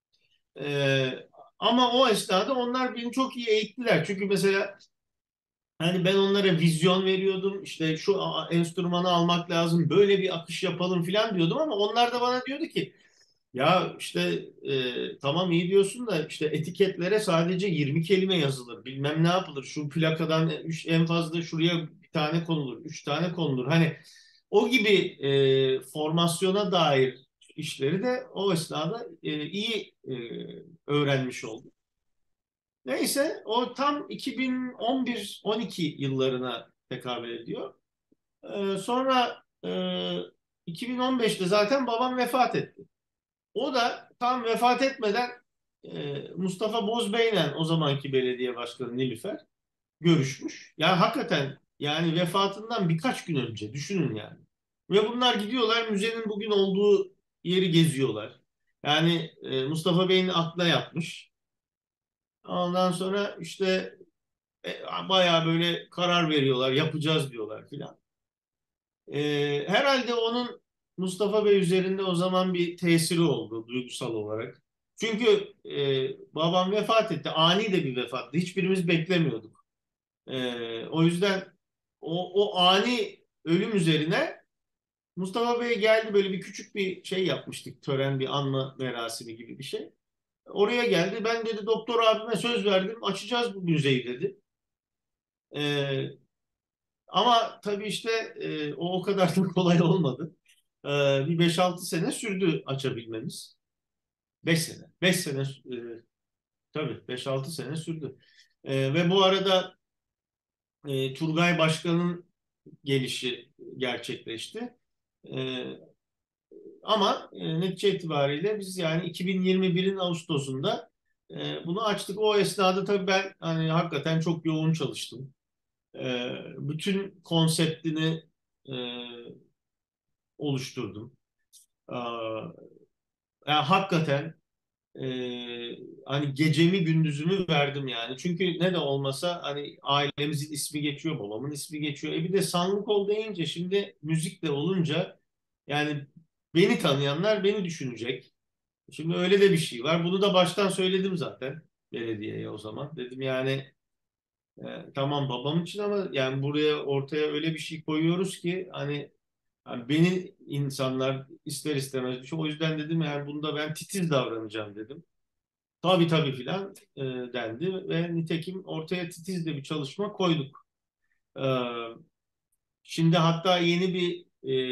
Ama o esnada onlar beni çok iyi eğittiler. Çünkü mesela hani ben onlara vizyon veriyordum. İşte şu enstrümanı almak lazım, böyle bir akış yapalım filan diyordum ama onlar da bana diyordu ki ya işte tamam iyi diyorsun da işte etiketlere sadece 20 kelime yazılır. Bilmem ne yapılır. Şu plakadan en fazla şuraya bir tane konulur, üç tane konulur. Hani o gibi formasyona dair işleri de o esnada iyi öğrenmiş oldum. Neyse o tam 2011-12 yıllarına tekabül ediyor. Sonra 2015'te zaten babam vefat etti. O da tam vefat etmeden Mustafa Bozbey'le, o zamanki belediye başkanı Nilüfer, görüşmüş. Yani hakikaten yani vefatından birkaç gün önce düşünün yani. Ve bunlar gidiyorlar müzenin bugün olduğu yeri geziyorlar. Yani Mustafa Bey'in aklına yatmış. Ondan sonra işte bayağı böyle karar veriyorlar, yapacağız diyorlar filan. Herhalde onun Mustafa Bey üzerinde o zaman bir tesiri oldu duygusal olarak. Çünkü babam vefat etti. Ani de bir vefattı. Hiçbirimiz beklemiyorduk. O yüzden o ani ölüm üzerine Mustafa Bey geldi, böyle bir küçük bir şey yapmıştık. Tören, bir anma merasimi gibi bir şey. Oraya geldi. Ben dedi doktor abime söz verdim. Açacağız bu müzeyi dedi. Ee, Ama tabii işte o kadar da kolay olmadı. Bir 5-6 sene sürdü açabilmemiz. 5 sene. 5 sene tabii 5-6 sene sürdü. Ve bu arada Turgay Başkan'ın gelişi gerçekleşti. E, Ama netice itibariyle biz yani 2021'in Ağustos'unda bunu açtık. O esnada tabii ben hani hakikaten çok yoğun çalıştım. Bütün konseptini e, oluşturdum. Yani hakikaten hani gecemi gündüzümü verdim yani. Çünkü ne de olmasa hani ailemizin ismi geçiyor, babamın ismi geçiyor. Bir de Sanlıkol deyince, şimdi müzikle olunca yani beni tanıyanlar beni düşünecek. Şimdi öyle de bir şey var. Bunu da baştan söyledim zaten belediyeye o zaman. Dedim yani tamam babam için, ama yani buraya ortaya öyle bir şey koyuyoruz ki hani, yani beni insanlar ister istemez bir şey. O yüzden dedim yani bunda ben titiz davranacağım dedim. Tabii tabii filan dendi ve nitekim ortaya titiz de bir çalışma koyduk. E, Şimdi hatta yeni bir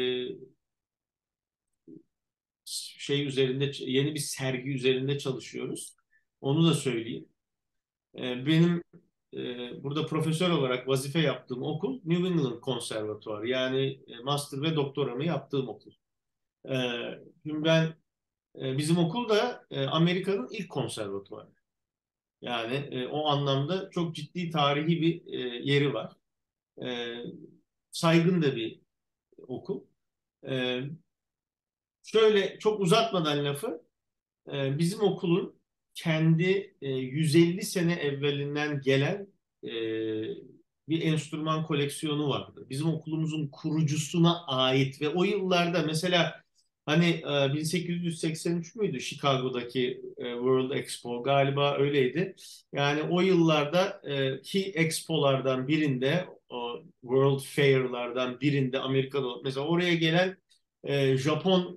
şey üzerinde, yeni bir sergi üzerinde çalışıyoruz. Onu da söyleyeyim. Benim burada profesör olarak vazife yaptığım okul New England Konservatuarı. Yani master ve doktoramı yaptığım okul. E, Şimdi ben bizim okul da Amerika'nın ilk konservatuarı. Yani o anlamda çok ciddi tarihi bir yeri var. E, Saygın da bir okul. E, Şöyle çok uzatmadan lafı, bizim okulun kendi 150 sene evvelinden gelen e, bir enstrüman koleksiyonu vardı. Bizim okulumuzun kurucusuna ait ve o yıllarda mesela hani 1883 müydü Chicago'daki World Expo, galiba öyleydi. Yani o yıllarda ki expolardan birinde, o World Fair'lardan birinde Amerika'da mesela oraya gelen Japon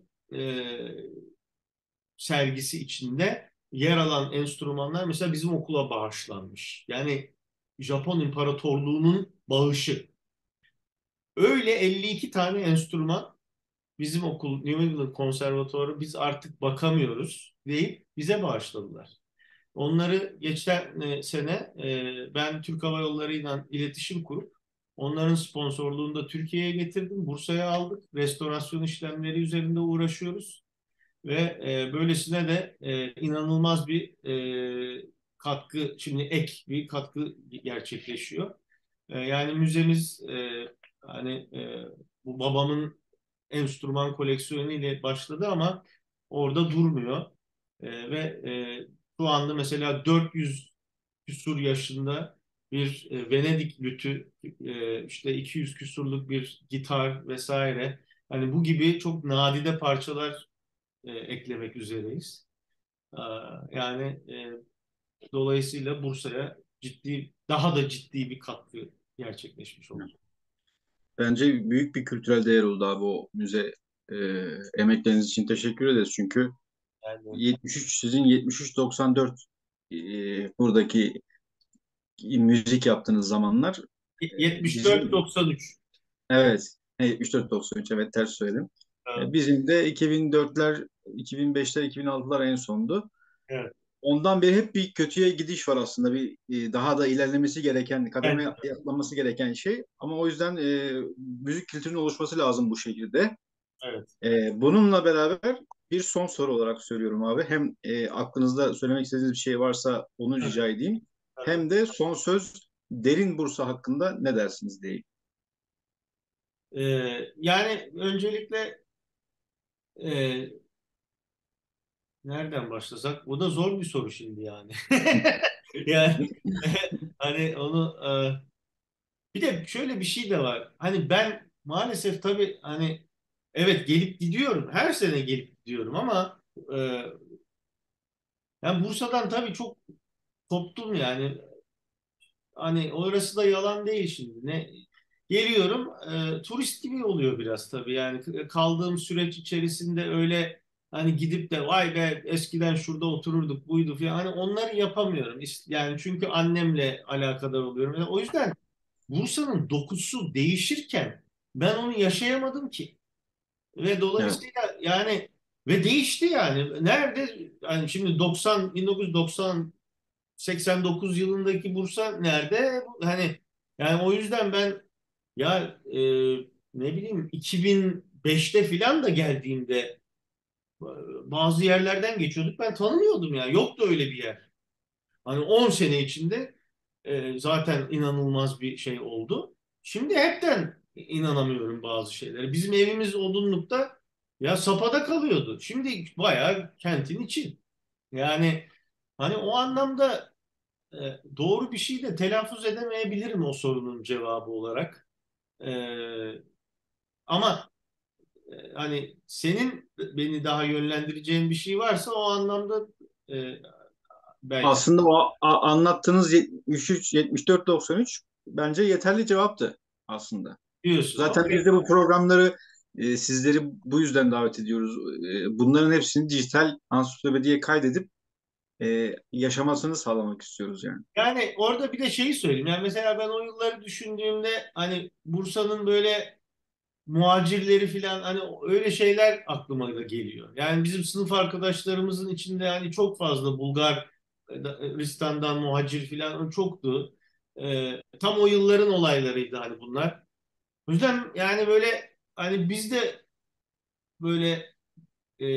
sergisi içinde yer alan enstrümanlar mesela bizim okula bağışlanmış. Yani Japon İmparatorluğu'nun bağışı. Öyle 52 tane enstrüman bizim okul New England Konservatuarı, biz artık bakamıyoruz deyip bize bağışladılar. Onları geçen sene ben Türk Hava Yolları'yla iletişim kurup onların sponsorluğunda Türkiye'ye getirdim. Bursa'ya aldık. Restorasyon işlemleri üzerinde uğraşıyoruz. Ve böylesine de inanılmaz bir katkı, şimdi ek bir katkı gerçekleşiyor. Yani müzemiz hani bu babamın enstrüman koleksiyonu ile başladı ama orada durmuyor. Ve şu anda mesela 400 küsur yaşında bir Venedik lütü, işte 200 küsurluk bir gitar vesaire. Hani bu gibi çok nadide parçalar eklemek üzereyiz. Yani dolayısıyla Bursa'ya ciddi, daha da ciddi bir katkı gerçekleşmiş oldu. Bence büyük bir kültürel değer oldu abi o müze. E, Emekleriniz için teşekkür ederiz. Çünkü Yani 73, sizin 73-94 buradaki müzik yaptığınız zamanlar, bizim 74-93. evet 74-93, evet ters söyledim. Bizim de 2004'ler, 2005'ler, 2006'lar en sondu. Evet. Ondan beri hep bir kötüye gidiş var aslında. Bir daha da ilerlemesi gereken, Evet. kademe atlanması gereken şey. Ama o yüzden müzik kültürünün oluşması lazım bu şekilde. Evet. Bununla beraber bir son soru olarak söylüyorum abi. Hem aklınızda söylemek istediğiniz bir şey varsa onu Evet. rica edeyim. Evet. Hem de son söz, Derin Bursa hakkında ne dersiniz diyeyim. Yani öncelikle e, nereden başlasak? Bu da zor bir soru şimdi yani. Yani hani onu bir de şöyle bir şey de var. Hani ben maalesef tabii hani evet gelip gidiyorum. Her sene gelip gidiyorum ama e, Yani Bursa'dan tabii çok koptum yani. Hani orası da yalan değil şimdi. Ne geliyorum, turist gibi oluyor biraz tabii. Yani kaldığım süreç içerisinde öyle hani gidip de vay be eskiden şurada otururduk buydu falan. Hani onları yapamıyorum. Yani çünkü annemle alakadar oluyorum. Yani o yüzden Bursa'nın dokusu değişirken ben onu yaşayamadım ki. Ve Evet. dolayısıyla yani ve değişti yani. Nerede yani şimdi 1990 89 yılındaki Bursa nerede? Hani yani o yüzden ben ya ne bileyim 2005'te filan da geldiğimde bazı yerlerden geçiyorduk. Ben tanımıyordum ya. Yoktu öyle bir yer. Hani 10 sene içinde zaten inanılmaz bir şey oldu. Şimdi hepten inanamıyorum bazı şeylere. Bizim evimiz odunlukta ya Sapa'da kalıyordu. Şimdi bayağı kentin içi. Yani hani o anlamda doğru bir şey de telaffuz edemeyebilirim o sorunun cevabı olarak. E, ama hani senin beni daha yönlendireceğin bir şey varsa o anlamda e, belki Aslında o anlattığınız 73, 74, 93 bence yeterli cevaptı aslında. diyorsun. Zaten Okey. biz de bu programları sizleri bu yüzden davet ediyoruz. Bunların hepsini dijital ansiklopediye kaydedip yaşamasını sağlamak istiyoruz yani. Yani orada bir de şeyi söyleyeyim. Yani mesela ben o yılları düşündüğümde hani Bursa'nın böyle muhacirleri falan hani öyle şeyler aklıma da geliyor. Yani bizim sınıf arkadaşlarımızın içinde hani çok fazla Bulgar, Hristiyan'dan muhacir falan çoktu. Tam o yılların olaylarıydı hani bunlar. O yüzden yani böyle hani biz de böyle e,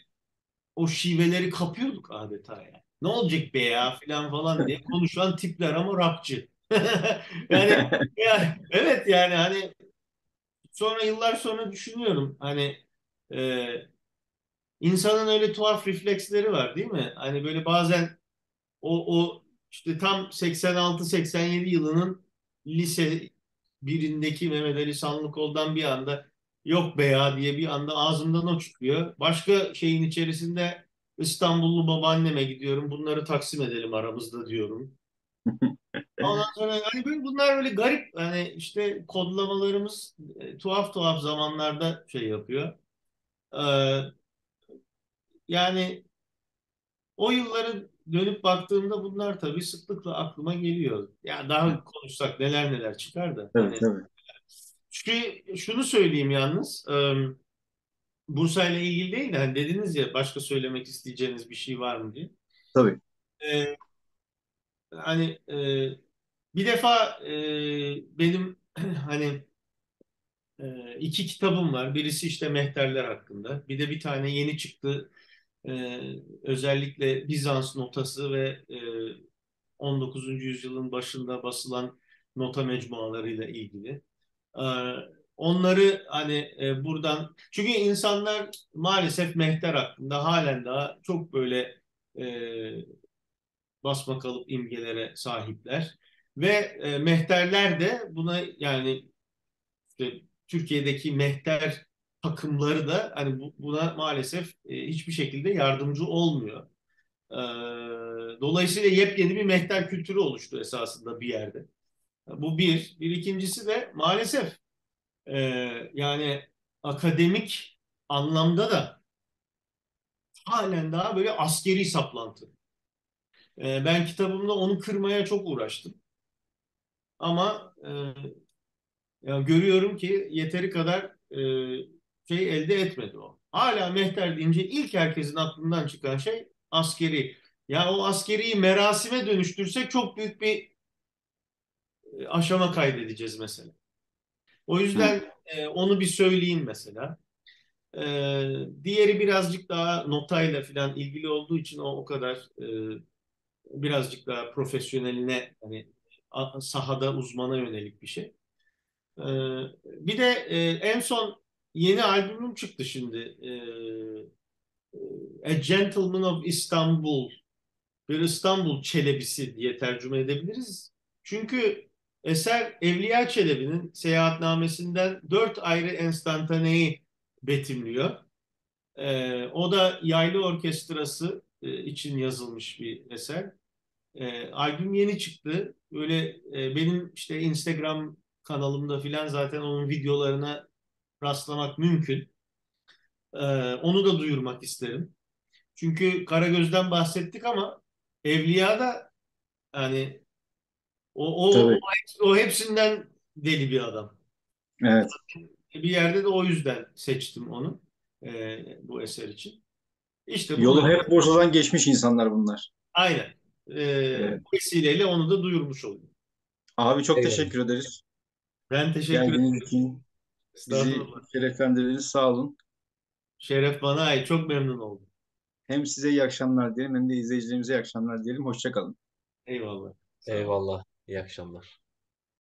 o şiveleri kapıyorduk adeta yani. Ne olacak be ya falan falan diye konuşan tipler ama rapçi. Yani ya, evet yani hani sonra yıllar sonra düşünüyorum hani e, insanın öyle tuhaf refleksleri var değil mi? Hani böyle bazen o işte tam 86-87 yılının lise birindeki Mehmet Ali Sanlıkol'dan bir anda yok be ya diye bir anda ağzımdan o çıkıyor. Başka şeyin içerisinde İstanbullu babaanneme gidiyorum. Bunları taksim edelim aramızda diyorum. Ondan sonra hani böyle bunlar böyle garip hani işte kodlamalarımız tuhaf tuhaf zamanlarda şey yapıyor. Ee, yani o yılları dönüp baktığımda bunlar tabii sıklıkla aklıma geliyor. Yani daha konuşsak neler neler çıkar da. Tabii Hani tabii. şunu söyleyeyim yalnız. Bursa ile ilgili değil de hani dediniz ya başka söylemek isteyeceğiniz bir şey var mı diye. Tabii. Ee, hani bir defa benim hani iki kitabım var. Birisi işte mehterler hakkında. Bir de bir tane yeni çıktı. Ee, özellikle Bizans notası ve 19. yüzyılın başında basılan nota mecmualarıyla ilgili. Ee, onları hani buradan çünkü insanlar maalesef mehter hakkında halen daha çok böyle e, basmakalıp imgelere sahipler ve mehterler de buna yani işte Türkiye'deki mehter takımları da hani buna maalesef hiçbir şekilde yardımcı olmuyor. Dolayısıyla yepyeni bir mehter kültürü oluştu esasında bir yerde. Bu bir. Bir ikincisi de maalesef e, yani akademik anlamda da halen daha böyle askeri saplantı. Ben kitabımda onu kırmaya çok uğraştım. Ama ya görüyorum ki yeteri kadar şey elde etmedi o. Hala mehter deyince ilk herkesin aklından çıkan şey askeri. Ya o askeriyi merasime dönüştürsek çok büyük bir aşama kaydedeceğiz mesela. O Hı. yüzden onu bir söyleyeyim mesela. E, diğeri birazcık daha notayla falan ilgili olduğu için o kadar birazcık daha profesyoneline hani sahada uzmana yönelik bir şey. E, bir de en son yeni albümüm çıktı şimdi. A Gentleman of Istanbul. Bir İstanbul Çelebisi diye tercüme edebiliriz. Çünkü eser Evliya Çelebi'nin seyahatnamesinden dört ayrı enstantaneyi betimliyor. O da yaylı orkestrası için yazılmış bir eser. Albüm yeni çıktı. Böyle benim işte Instagram kanalımda filan zaten onun videolarına rastlamak mümkün. Onu da duyurmak isterim. Çünkü Karagöz'den bahsettik ama Evliya da yani o, o, o, Tabii. o hepsinden deli bir adam. Evet. Bir yerde de o yüzden seçtim onu bu eser için. İşte Yolu bunlar hep Bursa'dan geçmiş insanlar bunlar. aynen. Evet. Bu vesileyle onu da duyurmuş oldum. Abi çok Eyvallah. teşekkür ederiz. Ben teşekkür ederim. Geldiğiniz için bizi Estağfurullah. şereflendirdiniz. Sağ olun. Şeref bana ait. Çok memnun oldum. Hem size iyi akşamlar diyelim hem de izleyicilerimize iyi akşamlar diyelim. Hoşça kalın. Eyvallah. Sağ ol. Eyvallah. İyi akşamlar.